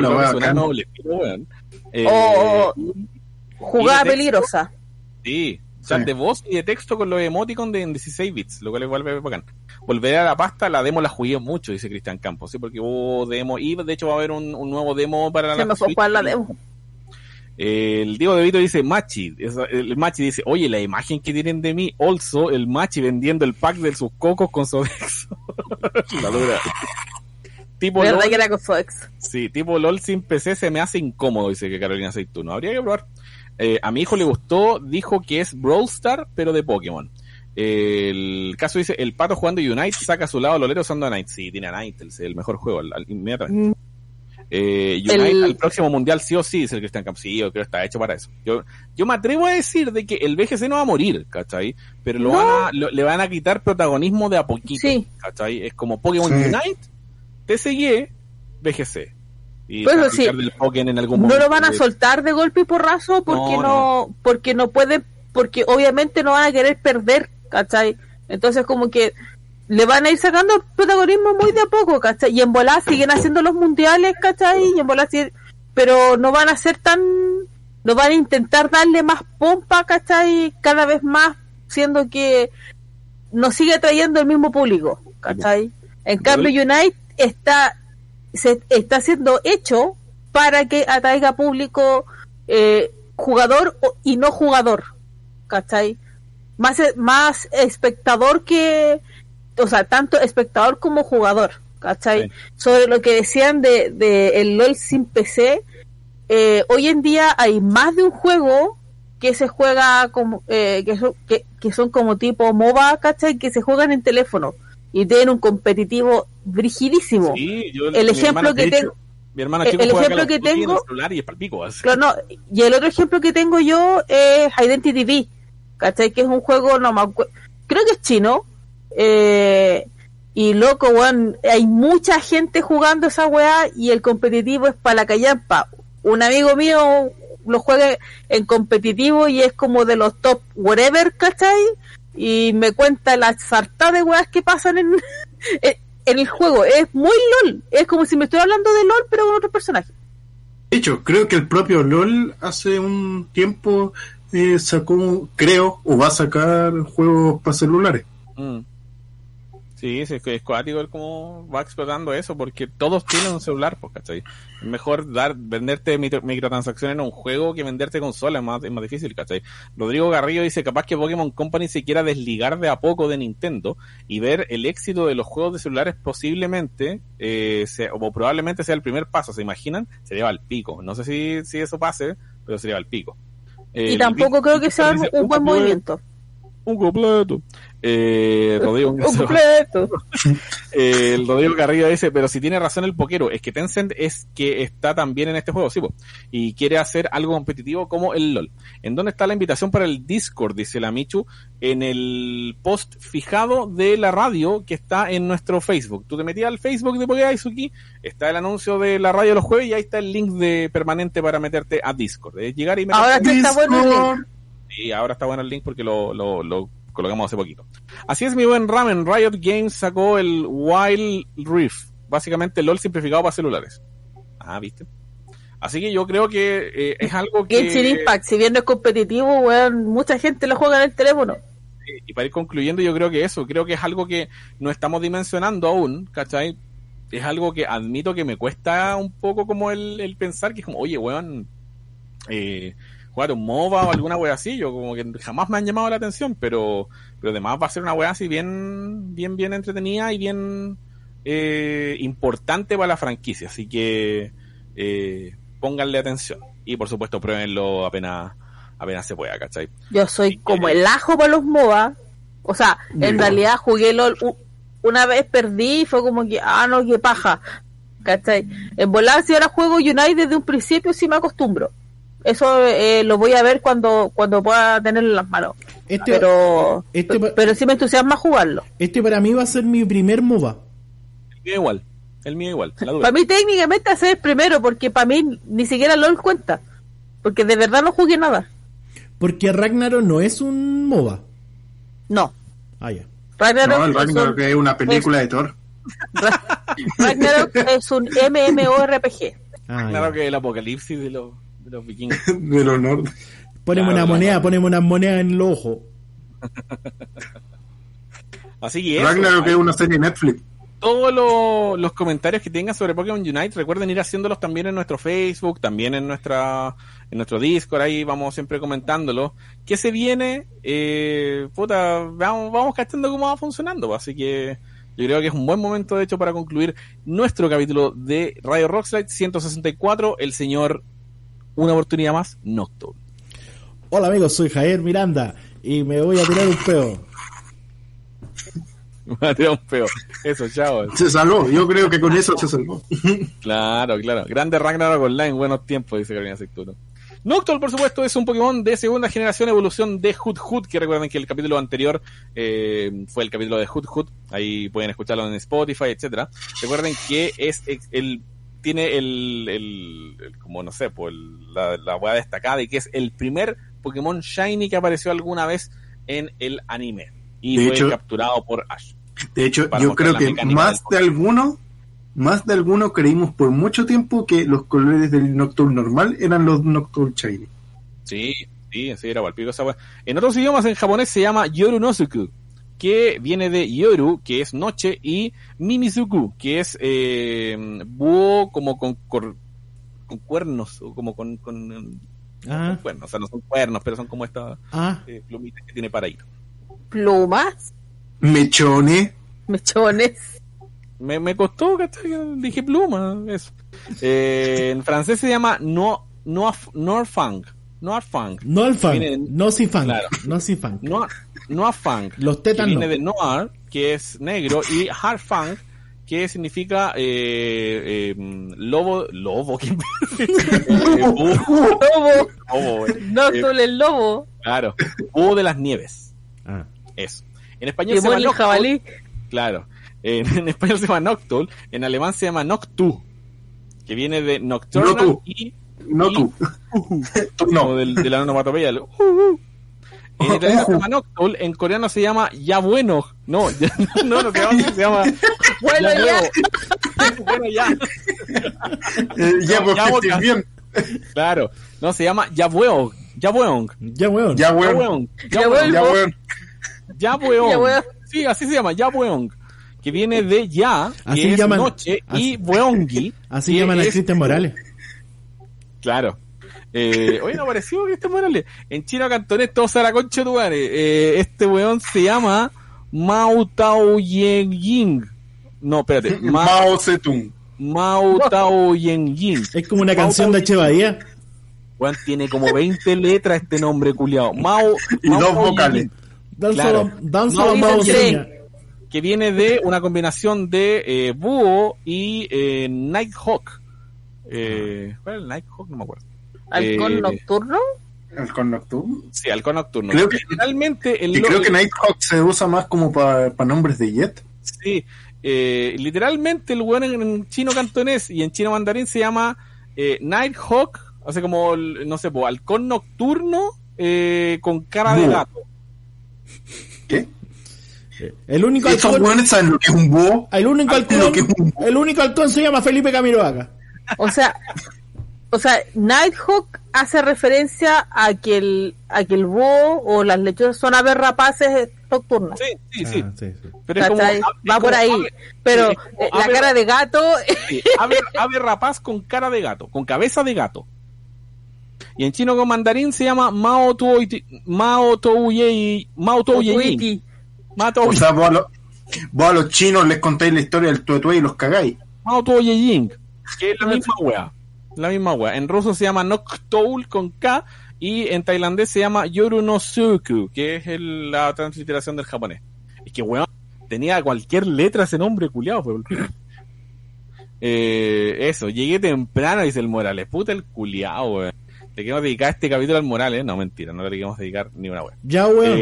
Jugada peligrosa. Sí, chat de voz y de texto con los emoticons en 16 bits, lo cual igual es bacán. Volver a la pasta, la demo la jugué mucho, dice Cristian Campos, sí, porque hubo demo y de hecho va a haber un nuevo demo para la Switch. La demo. El Diego De Vito dice el Machi dice, oye, la imagen que tienen de mí, also el Machi vendiendo el pack de sus cocos con Sodexo. La dura. Tipo ¿verdad LOL, que era con Sodexo? Sí, tipo LOL sin PC se me hace incómodo, dice que Carolina Aceituno. Habría que probar. A mi hijo le gustó, dijo que es Brawl Star, pero de Pokémon. El caso dice, el pato jugando Unite saca a su lado lolero usando a Night. Sí, tiene a Night, el mejor juego, inmediatamente. Unite al próximo mundial sí o sí, dice el Cristian Campos. Sí, yo creo que está hecho para eso. Yo me atrevo a decir de que el BGC no va a morir, ¿cachai? Pero le van a quitar protagonismo de a poquito, sí. ¿Cachai? Es como Pokémon Unite, TCG, BGC. Y bueno, sí. Del Pokémon en algún momento. No lo van a soltar de golpe y porrazo porque no pueden, porque obviamente no van a querer perder, ¿cachai? Entonces como que le van a ir sacando protagonismo muy de a poco, ¿cachai? Y en volá siguen haciendo los mundiales, ¿cachai? Y en volá pero no van a ser no van a intentar darle más pompa, ¿cachai? Cada vez más, siendo que nos sigue trayendo el mismo público, ¿cachai? En cambio Unite está siendo hecho para que atraiga público jugador y no jugador, ¿cachai? más espectador que, o sea, tanto espectador como jugador, ¿cachai? Sí. Sobre lo que decían de el LOL sin PC, hoy en día hay más de un juego que se juega como, que son como tipo MOBA, ¿cachai? Que se juegan en teléfono y tienen un competitivo brigidísimo. Sí, el ejemplo que tengo, mi hermana chico, el ejemplo que tengo, y, es pico, claro, no, y el otro ejemplo que tengo yo es Identity V, ¿cachai? Que es un juego, no me acuerdo, creo que es chino, y loco, weón, hay mucha gente jugando esa weá y el competitivo es para la callampa. Un amigo mío lo juega en competitivo y es como de los top whatever, ¿cachai? Y me cuenta la sarta de weas que pasan en el juego. Es muy LOL, es como si me estuviera hablando de LOL pero con otro personaje. De hecho, creo que el propio LOL hace un tiempo sacó, creo, o va a sacar juegos para celulares. Sí, es cuático el cómo va explotando eso, porque todos tienen un celular, pues, ¿cachai? Es mejor venderte microtransacciones en un juego que venderte consola, es más difícil, ¿cachai? Rodrigo Garrido dice, capaz que Pokémon Company se quiera desligar de a poco de Nintendo y ver el éxito de los juegos de celulares posiblemente, o probablemente sea el primer paso, ¿se imaginan? Sería al pico. No sé si eso pase, pero sería al pico. Y tampoco creo que sea un buen movimiento. Un completo. Rodrigo el Rodrigo Garrido dice, pero si tiene razón el Pokero, es que Tencent es que está también en este juego, sí, po, y quiere hacer algo competitivo como el LOL. ¿En dónde está la invitación para el Discord? Dice la Michu, en el post fijado de la radio que está en nuestro Facebook. Tú te metías al Facebook de Pokero Izuki, está el anuncio de la radio los jueves y ahí está el link de permanente para meterte a Discord. Es llegar y ahora está bueno el link. Sí, ahora está bueno el link porque lo colocamos hace poquito. Así es, mi buen Ramen. Riot Games sacó el Wild Rift, básicamente LOL simplificado para celulares. Ah, ¿viste? Así que yo creo que es algo que... Genshin Impact, si bien no es competitivo, weón, mucha gente lo juega en el teléfono. Y para ir concluyendo, yo creo que es algo que no estamos dimensionando aún, ¿cachai? Es algo que admito que me cuesta un poco como el pensar que es como, oye, weón, jugar un MOBA o alguna wea así, yo como que jamás me han llamado la atención, pero además va a ser una wea así bien entretenida y bien importante para la franquicia, así que pónganle atención y por supuesto pruébenlo apenas se pueda, ¿cachai? Yo soy como el ajo para los MOBA, o sea, en realidad jugué LOL una vez, perdí y fue como que, no, qué paja, ¿cachai? En volar si ahora juego United desde un principio sí me acostumbro. Eso lo voy a ver cuando pueda tenerlo en las manos. Pero sí me entusiasma jugarlo. Para mí va a ser mi primer MOBA. El mío igual. Para mí técnicamente va a ser el primero, porque para mí ni siquiera LOL cuenta. Porque de verdad no jugué nada. Porque Ragnarok no es un MOBA. No. Ya. Ragnarok es una película de Thor. Ragnarok es un MMORPG. Ragnarok es el apocalipsis de los vikingos. De los nórdicos. Ponemos unas monedas en los ojos. Así que Ragnarok es una serie Netflix. Todos los comentarios que tengan sobre Pokémon Unite, recuerden ir haciéndolos también en nuestro Facebook, también en nuestro Discord, ahí vamos siempre comentándolo. ¿Qué se viene? Vamos cachando cómo va funcionando, así que yo creo que es un buen momento, de hecho, para concluir nuestro capítulo de Radio Rockslide 164, el señor, una oportunidad más, Nocturne. Hola amigos, soy Javier Miranda y me voy a tirar un peo. Me voy a tirar un peo. Eso, chao. Se salvó, yo creo que con eso se salvó. Claro. Grande Ragnarok Online, buenos tiempos, dice Carolina Secturo. Noctowl, por supuesto, es un Pokémon de segunda generación, evolución de Hoot, que recuerden que el capítulo anterior fue el capítulo de Hoot. Ahí pueden escucharlo en Spotify, etcétera. Recuerden que tiene como no sé, pues la hueá destacada y que es el primer Pokémon Shiny que apareció alguna vez en el anime. Y de fue hecho, capturado por Ash. De hecho, yo creo que más de alguno creímos por mucho tiempo que los colores del Noctowl normal eran los Noctowl Shiny. Sí, era palpico esa hueá. En otros idiomas, en japonés, se llama Yoru Nozuku, que viene de Yoru, que es noche, y Mimizuku, que es búho como con cuernos, o como con cuernos, o sea, no son cuernos, pero son como estas plumitas que tiene para ir. plumas, Mechones. mechones. Me costó, ¿cachai? Dije pluma, eso. En francés se llama Noirfang. Noirfang. Noirfang. Viene de- No si fang. Claro. No si fang. Noirfang. Los Que tetas no. viene de noir, que es negro, y harfang, que significa lobo, ¿qué? Lobo, Lobo, güey. Noctul el lobo, Claro, búho de las nieves. Ah. Eso. En español se Timón llama el jabalí. Claro. En español se llama Noctul, en alemán se llama Noctu, que viene de Nocturnal Notu. y No tú. Tú como no. de la onomatopeya. En italiano se llama Noctul, en coreano se llama Ya bueno. No, no, se llama Bueno, Ya ya. Nuevo. Bueno, ya. Ya, No, porque ya, estés boca. bien. Claro. No, se llama Ya weón. Ya weón. Ya, weón. Ya, Ya weón. weón. Ya Ya weón. Ya, weón. Ya weón. Ya weón. Sí, así se llama, Ya weón. Que viene de ya, Así que es llaman- noche, y así- weongi. Así que llaman a es- Cristian Morales. Claro. Oye, no apareció Cristian Morales. En chino cantonés todo se la concha de tu madre. Este weón se llama Mao Tao Ying. No, espérate. Mao Zedong. Mao Tao Ying. Es como una canción de Echevarría. Weón, tiene como 20 letras este nombre culiao. Mao Y Mao dos Tao vocales. Ying, Claro. Dánselo a No, Mao dicen Seña. que viene de una combinación de búho y Nighthawk. ¿Cuál es el Nighthawk? No me acuerdo. Halcón nocturno. Halcón nocturno. Sí, halcón nocturno. Creo que- Literalmente el Y creo que Nighthawk se usa más como para nombres de jet. Sí, literalmente el weón en chino cantonés y en chino mandarín se llama Nighthawk, o sea, como, no sé, pues, halcón nocturno con cara de Búho. gato. ¿Qué? El único ¿Estos halcón, hueones saben lo que es un búho? el único ¿Saben lo que es un búho? el único halcón se llama Felipe Camiroaga. O sea, Nighthawk hace referencia a que el búho o las lechuzas son aves rapaces nocturnas. Sí, sí. Ah, sí. Pero es como, ¿Cachai? es Va como por ahí. Pero sí, es como la ave- cara de gato, sí, ave rapaz con cara de gato, con cabeza de gato. Y en chino con mandarín se llama Mao Tou Ying. Tuiti. Mao Tou O sea, vos a los chinos les contáis la historia del tuetué y los cagáis. Mao Tou Ying, que es la misma wea. La misma wea. En ruso se llama Noctoul con K y en tailandés se llama Yoru no Suku, que es la transliteración del japonés. Es que weón, tenía cualquier letra ese nombre culiado, pues. Eso, llegué temprano, dice el Morales. Puta el culiao, weón. Le queremos dedicar este capítulo al Morales. No, mentira, no le queremos dedicar ni una wea. Ya, weón.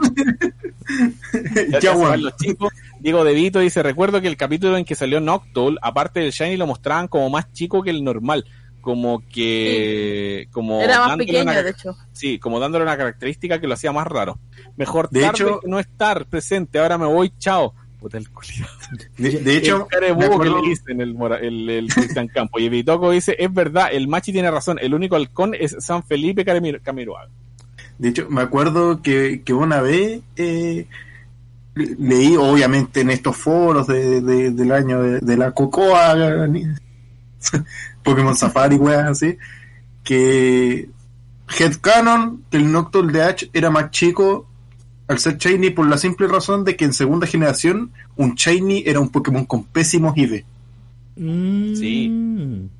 Ya Ya, se weón. van los chicos. Diego De Vito dice, recuerdo que el capítulo en que salió Noctowl, aparte del Shiny, lo mostraban como más chico que el normal. Como que... como Era más dándole pequeño, una- de hecho. Sí, como dándole una característica que lo hacía más raro. Mejor De tarde hecho- que no estar presente. Ahora me voy, chao. Puta el culiao. De hecho, el cara de me búho que acuerdo- le dicen el Cristian Campo. Y Vitoco dice, es verdad, el Machi tiene razón. El único halcón es San Felipe Camiroaga. de hecho, me acuerdo que una vez leí, obviamente, en estos foros del año de la Cocoa, Pokémon Safari, weas así, que headcanon, que el Noctowl de Ash era más chico al ser Shiny por la simple razón de que en segunda generación un Shiny era un Pokémon con pésimos ID. Sí.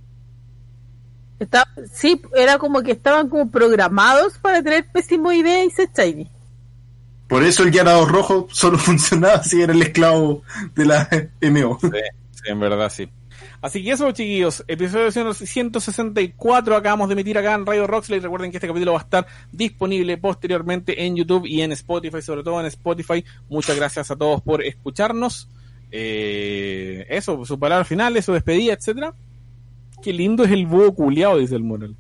Sí, era como que estaban como programados para tener pésimo idea y ser shiny. Por eso el Yarado Rojo solo funcionaba si era el esclavo de la MO. Sí, en verdad sí. Así que eso, chiquillos, episodio 164 acabamos de emitir acá en Radio Roxley. Recuerden que este capítulo va a estar disponible posteriormente en YouTube y en Spotify, sobre todo en Spotify. Muchas gracias a todos por escucharnos. Eso, su palabra final, su despedida, etcétera. Qué lindo es el búho culiao, dice el Moral.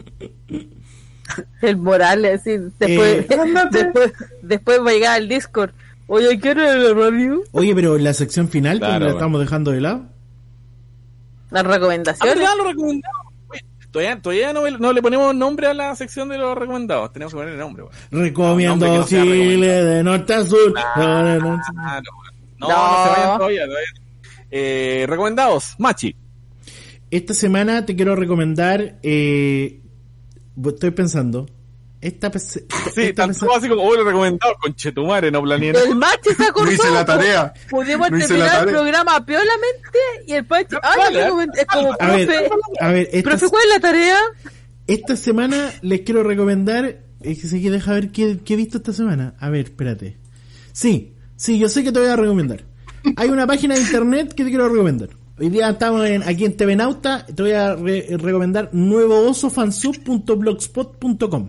El Morales, sí. Después va a llegar al Discord. Oye, ¿quiero el review? Oye, pero la sección final, Claro, ¿la bueno. estamos dejando de lado? Las recomendaciones. Ya lo recomendamos. Oye, todavía no le ponemos nombre a la sección de los recomendados. Tenemos que ponerle nombre, weón. Recomiendo No, hombre, que no sea Chile recomendado. de norte a sur. Claro, weón. No se vayan todavía. Recomendados, Machi. Esta semana te quiero recomendar, estoy pensando, Sí, tanto así como lo recomendado con Chetumare, no planeé. El Machi se acordó. No hice la tarea. Pudimos No hice terminar la el tarea. programa piolamente y el Pachi. Es como, A ver, profe, ¿cuál es la tarea? esta semana les quiero recomendar. Es que sé que deja ver qué he visto esta semana. A ver, espérate. Sí, yo sé que te voy a recomendar. Hay una página de internet que te quiero recomendar. Hoy día estamos aquí en TV Nauta. Te voy a recomendar nuevoosofansub.blogspot.com.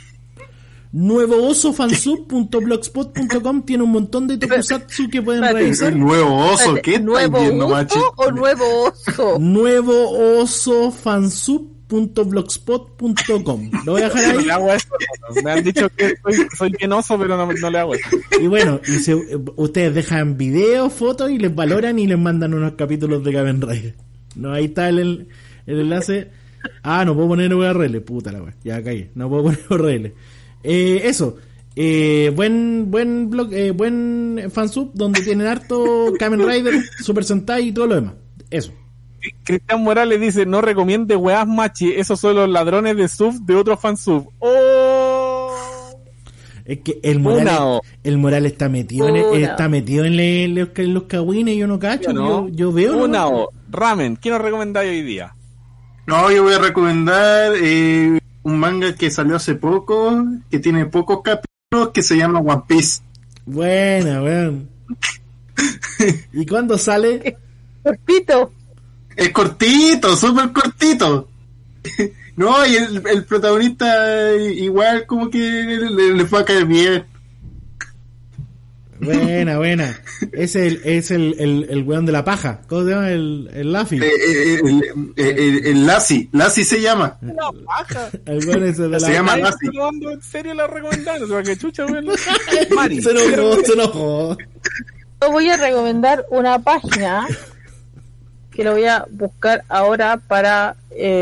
Nuevoosofansub.blogspot.com tiene un montón de tokusatsu que pueden revisar. El nuevo oso, ¿qué estás ¿Nuevo viendo, uso machi? o nuevo oso? Nuevoosofansub.blogspot.com. Lo voy a dejar No ahí. le hago eso. Me han dicho que soy bien oso, pero no le hago eso. Y bueno, ustedes dejan videos, fotos y les valoran y les mandan unos capítulos de Kamen Rider. No, ahí está el enlace. Ah, no puedo poner URL, puta la wea. Ya caí. No puedo poner URL. Eso. Buen blog, buen fansub donde tienen harto Kamen Rider, Super Sentai y todo lo demás. Eso. Cristian Morales dice, no recomiende weas machi, esos son los ladrones de sub de otros fansub. ¡Oh! Es que el Morales está metido en los cagüines, yo no cacho. ¿No? Yo veo. Unao, Ramen, ¿qué nos recomendáis hoy día? No, yo voy a recomendar un manga que salió hace poco, que tiene pocos capítulos, que se llama One Piece. Buena, weón. ¿Y cuándo sale? Cortito. Es cortito, súper cortito. No, y el protagonista igual como que le fue a caer bien. Buena. Es el weón de la paja. ¿Cómo se llama? El Laffy. El Lassie se llama. Una paja. El weón ese de la Se llama Ay, Lassie. tomando en serio la recomendaron, o sea, que chucha, weón. Mari, Se enojó. Yo voy a recomendar una página que lo voy a buscar ahora para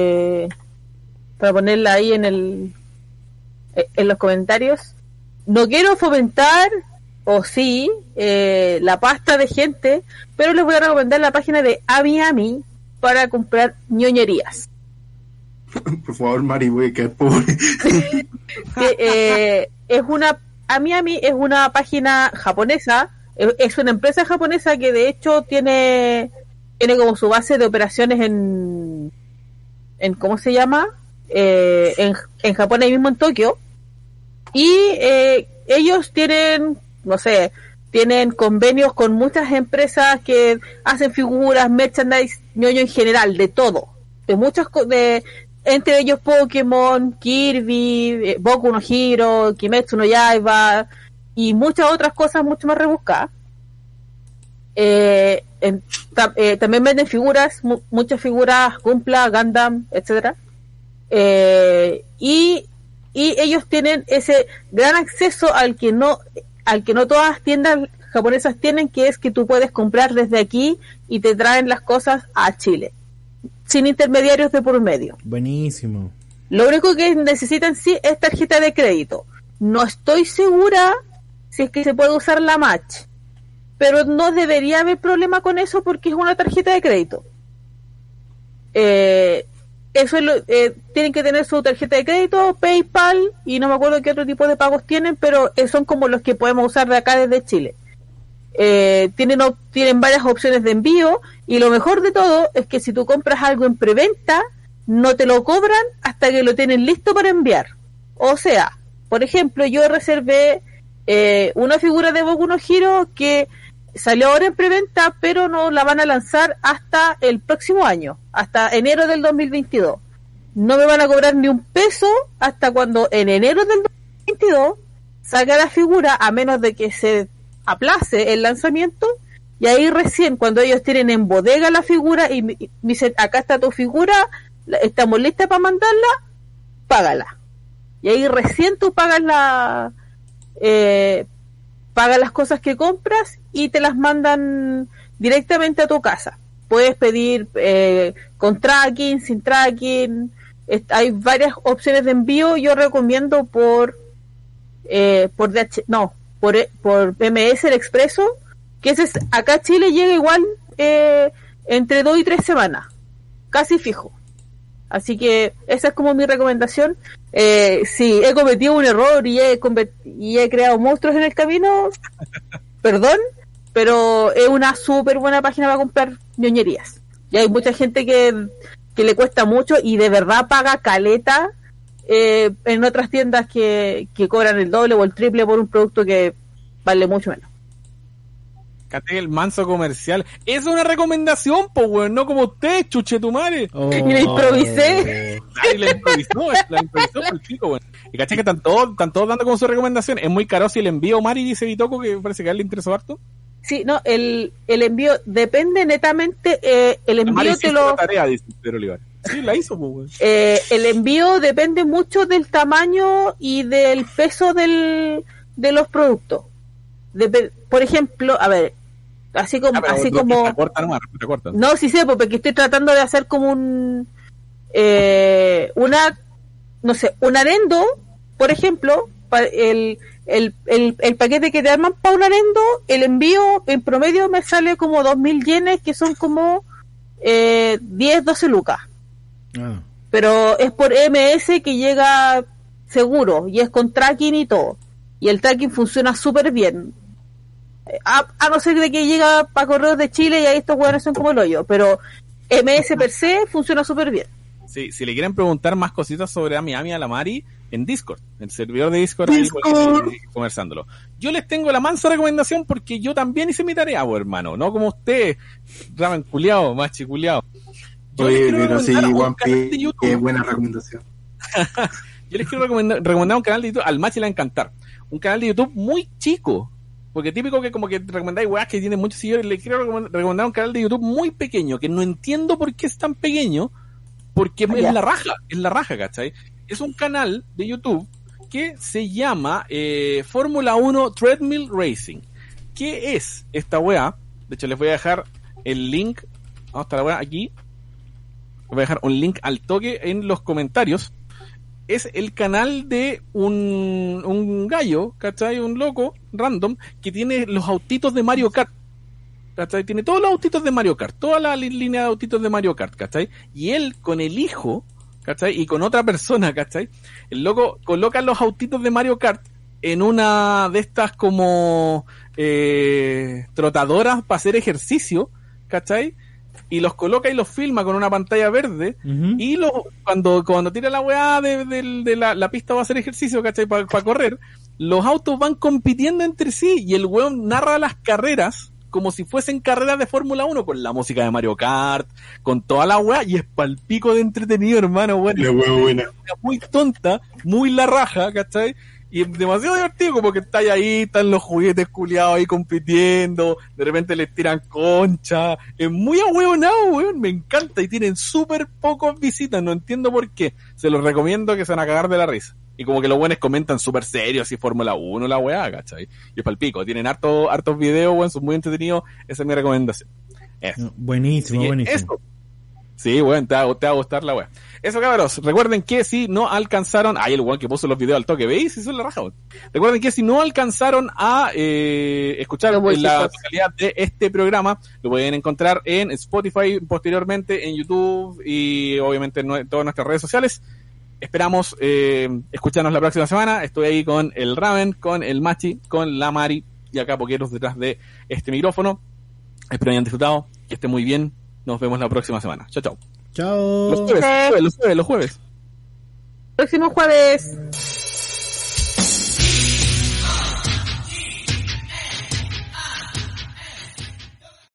ponerla ahí en los comentarios. No quiero fomentar, o sí, la pasta de gente, pero les voy a recomendar la página de Amiami para comprar ñoñerías. Por favor, Mari, voy a quedar pobre. Amiami es una página japonesa, es una empresa japonesa que de hecho tiene como su base de operaciones en ¿cómo se llama? En Japón, ahí mismo en Tokio. Y ellos tienen, no sé, tienen convenios con muchas empresas que hacen figuras, merchandise, ñoño en general, de todo. De muchas entre ellos Pokémon, Kirby, Boku no Hero, Kimetsu no Yaiba y muchas otras cosas mucho más rebuscadas. También venden figuras, muchas figuras, Gunpla, Gundam, etcétera. Y ellos tienen ese gran acceso al que no todas las tiendas japonesas tienen, que es que tú puedes comprar desde aquí y te traen las cosas a Chile, sin intermediarios de por medio. Buenísimo. Lo único que necesitan sí es tarjeta de crédito. No estoy segura si es que se puede usar la Match, pero no debería haber problema con eso porque es una tarjeta de crédito. Eso es tienen que tener su tarjeta de crédito, PayPal y no me acuerdo qué otro tipo de pagos tienen, pero son como los que podemos usar de acá desde Chile. Tienen varias opciones de envío y lo mejor de todo es que si tú compras algo en preventa no te lo cobran hasta que lo tienen listo para enviar. O sea, por ejemplo, yo reservé una figura de Boku no Hero que salió ahora en preventa, pero no la van a lanzar hasta el próximo año, hasta enero del 2022. No me van a cobrar ni un peso hasta cuando en enero del 2022 salga la figura, a menos de que se aplace el lanzamiento, y ahí recién cuando ellos tienen en bodega la figura y me dicen, acá está tu figura, estamos listas para mandarla, págala. Y ahí recién tú pagas pagas las cosas que compras y te las mandan directamente a tu casa. Puedes pedir con tracking, sin tracking, hay varias opciones de envío. Yo recomiendo por PMS el Expreso, que acá a Chile llega igual entre 2 y 3 semanas, casi fijo. Así que esa es como mi recomendación. Si he cometido un error y he creado monstruos en el camino, perdón, pero es una súper buena página para comprar ñoñerías. Y hay mucha gente que le cuesta mucho y de verdad paga caleta en otras tiendas que cobran el doble o el triple por un producto que vale mucho menos. El manso comercial. Es una recomendación, po, weón, no como usted, chuchetumare. Y la improvisé. Ay, la improvisó por el pico, weón. Y caché que están todos dando como su recomendación. Es muy caro si el envío, Mari, dice Bitoco, que parece que a él le interesó harto. Sí, no, el envío depende netamente, el envío te lo... La tarea, dice Pedro Olivares. Sí, la hizo, po, weón. El envío depende mucho del tamaño y del peso de los productos. Por ejemplo, a ver, así como te cortan. No, sí sé, porque estoy tratando de hacer como un arendo, por ejemplo, el paquete que te arman para un arendo, el envío en promedio me sale como 2.000 yenes, que son como 10-12 lucas. Pero es por MS que llega seguro y es con tracking y todo, y el tracking funciona súper bien. A no ser de que llega para correos de Chile y ahí estos hueones son como el hoyo, pero MS per se funciona súper bien. Sí, si le quieren preguntar más cositas sobre a la Mari, en Discord, el servidor de Discord. Ahí conversándolo. Yo les tengo la mansa recomendación porque yo también hice mi tarea, hermano, no como usted, ramen culiao, machi culiao. Oye, pero sí, One Piece, qué buena recomendación. Yo les quiero recomendar un canal de YouTube, al Machi le va a encantar, un canal de YouTube muy chico. Porque típico que como que recomendáis weas que tienen muchos seguidores, le quiero recomendar un canal de YouTube muy pequeño, que no entiendo por qué es tan pequeño, porque es la raja, ¿cachai? Es un canal de YouTube que se llama Fórmula 1 Treadmill Racing. ¿Qué es esta wea? De hecho, les voy a dejar el link, vamos a estar la wea aquí, les voy a dejar un link al toque en los comentarios. Es el canal de un gallo, ¿cachai? Un loco random que tiene los autitos de Mario Kart, ¿cachai? Tiene todos los autitos de Mario Kart, toda la línea de autitos de Mario Kart, ¿cachai? Y él con el hijo, ¿cachai? Y con otra persona, ¿cachai? El loco coloca los autitos de Mario Kart en una de estas como trotadoras para hacer ejercicio, ¿cachai? Y los coloca y los filma con una pantalla verde. Uh-huh. Y cuando tira la weá de la pista va a hacer ejercicio, ¿cachai? Para correr, los autos van compitiendo entre sí y el weón narra las carreras como si fuesen carreras de Fórmula 1 con la música de Mario Kart, con toda la weá, y es palpico de entretenido, hermano, bueno. La weá buena. Muy tonta, muy la raja, ¿cachai? Y es demasiado divertido, porque está ahí, están los juguetes culiados ahí compitiendo, de repente les tiran concha, es muy ahueonado, weón, me encanta, y tienen súper pocos visitas, no entiendo por qué, se los recomiendo que se van a cagar de la risa, y como que los buenos comentan súper serios, así Fórmula 1, la weá, ¿cachai? Y es palpico, tienen hartos videos, weón, son muy entretenidos, esa es mi recomendación. Eso. Buenísimo, buenísimo. Eso. Sí, weón, te va a gustar la weá. Eso, cabros, recuerden que si no alcanzaron, el weón que puso los videos al toque, ¿veis? Eso es la raja, weón. Recuerden que si no alcanzaron a escuchar la totalidad de este programa, lo pueden encontrar en Spotify, posteriormente en YouTube y obviamente en todas nuestras redes sociales. Esperamos escucharnos la próxima semana. Estoy ahí con el Raven, con el Machi, con la Mari y acá Poqueros detrás de este micrófono. Espero hayan disfrutado, que esté muy bien. Nos vemos la próxima semana. Chao, chao. Chao. Los jueves. Próximo jueves.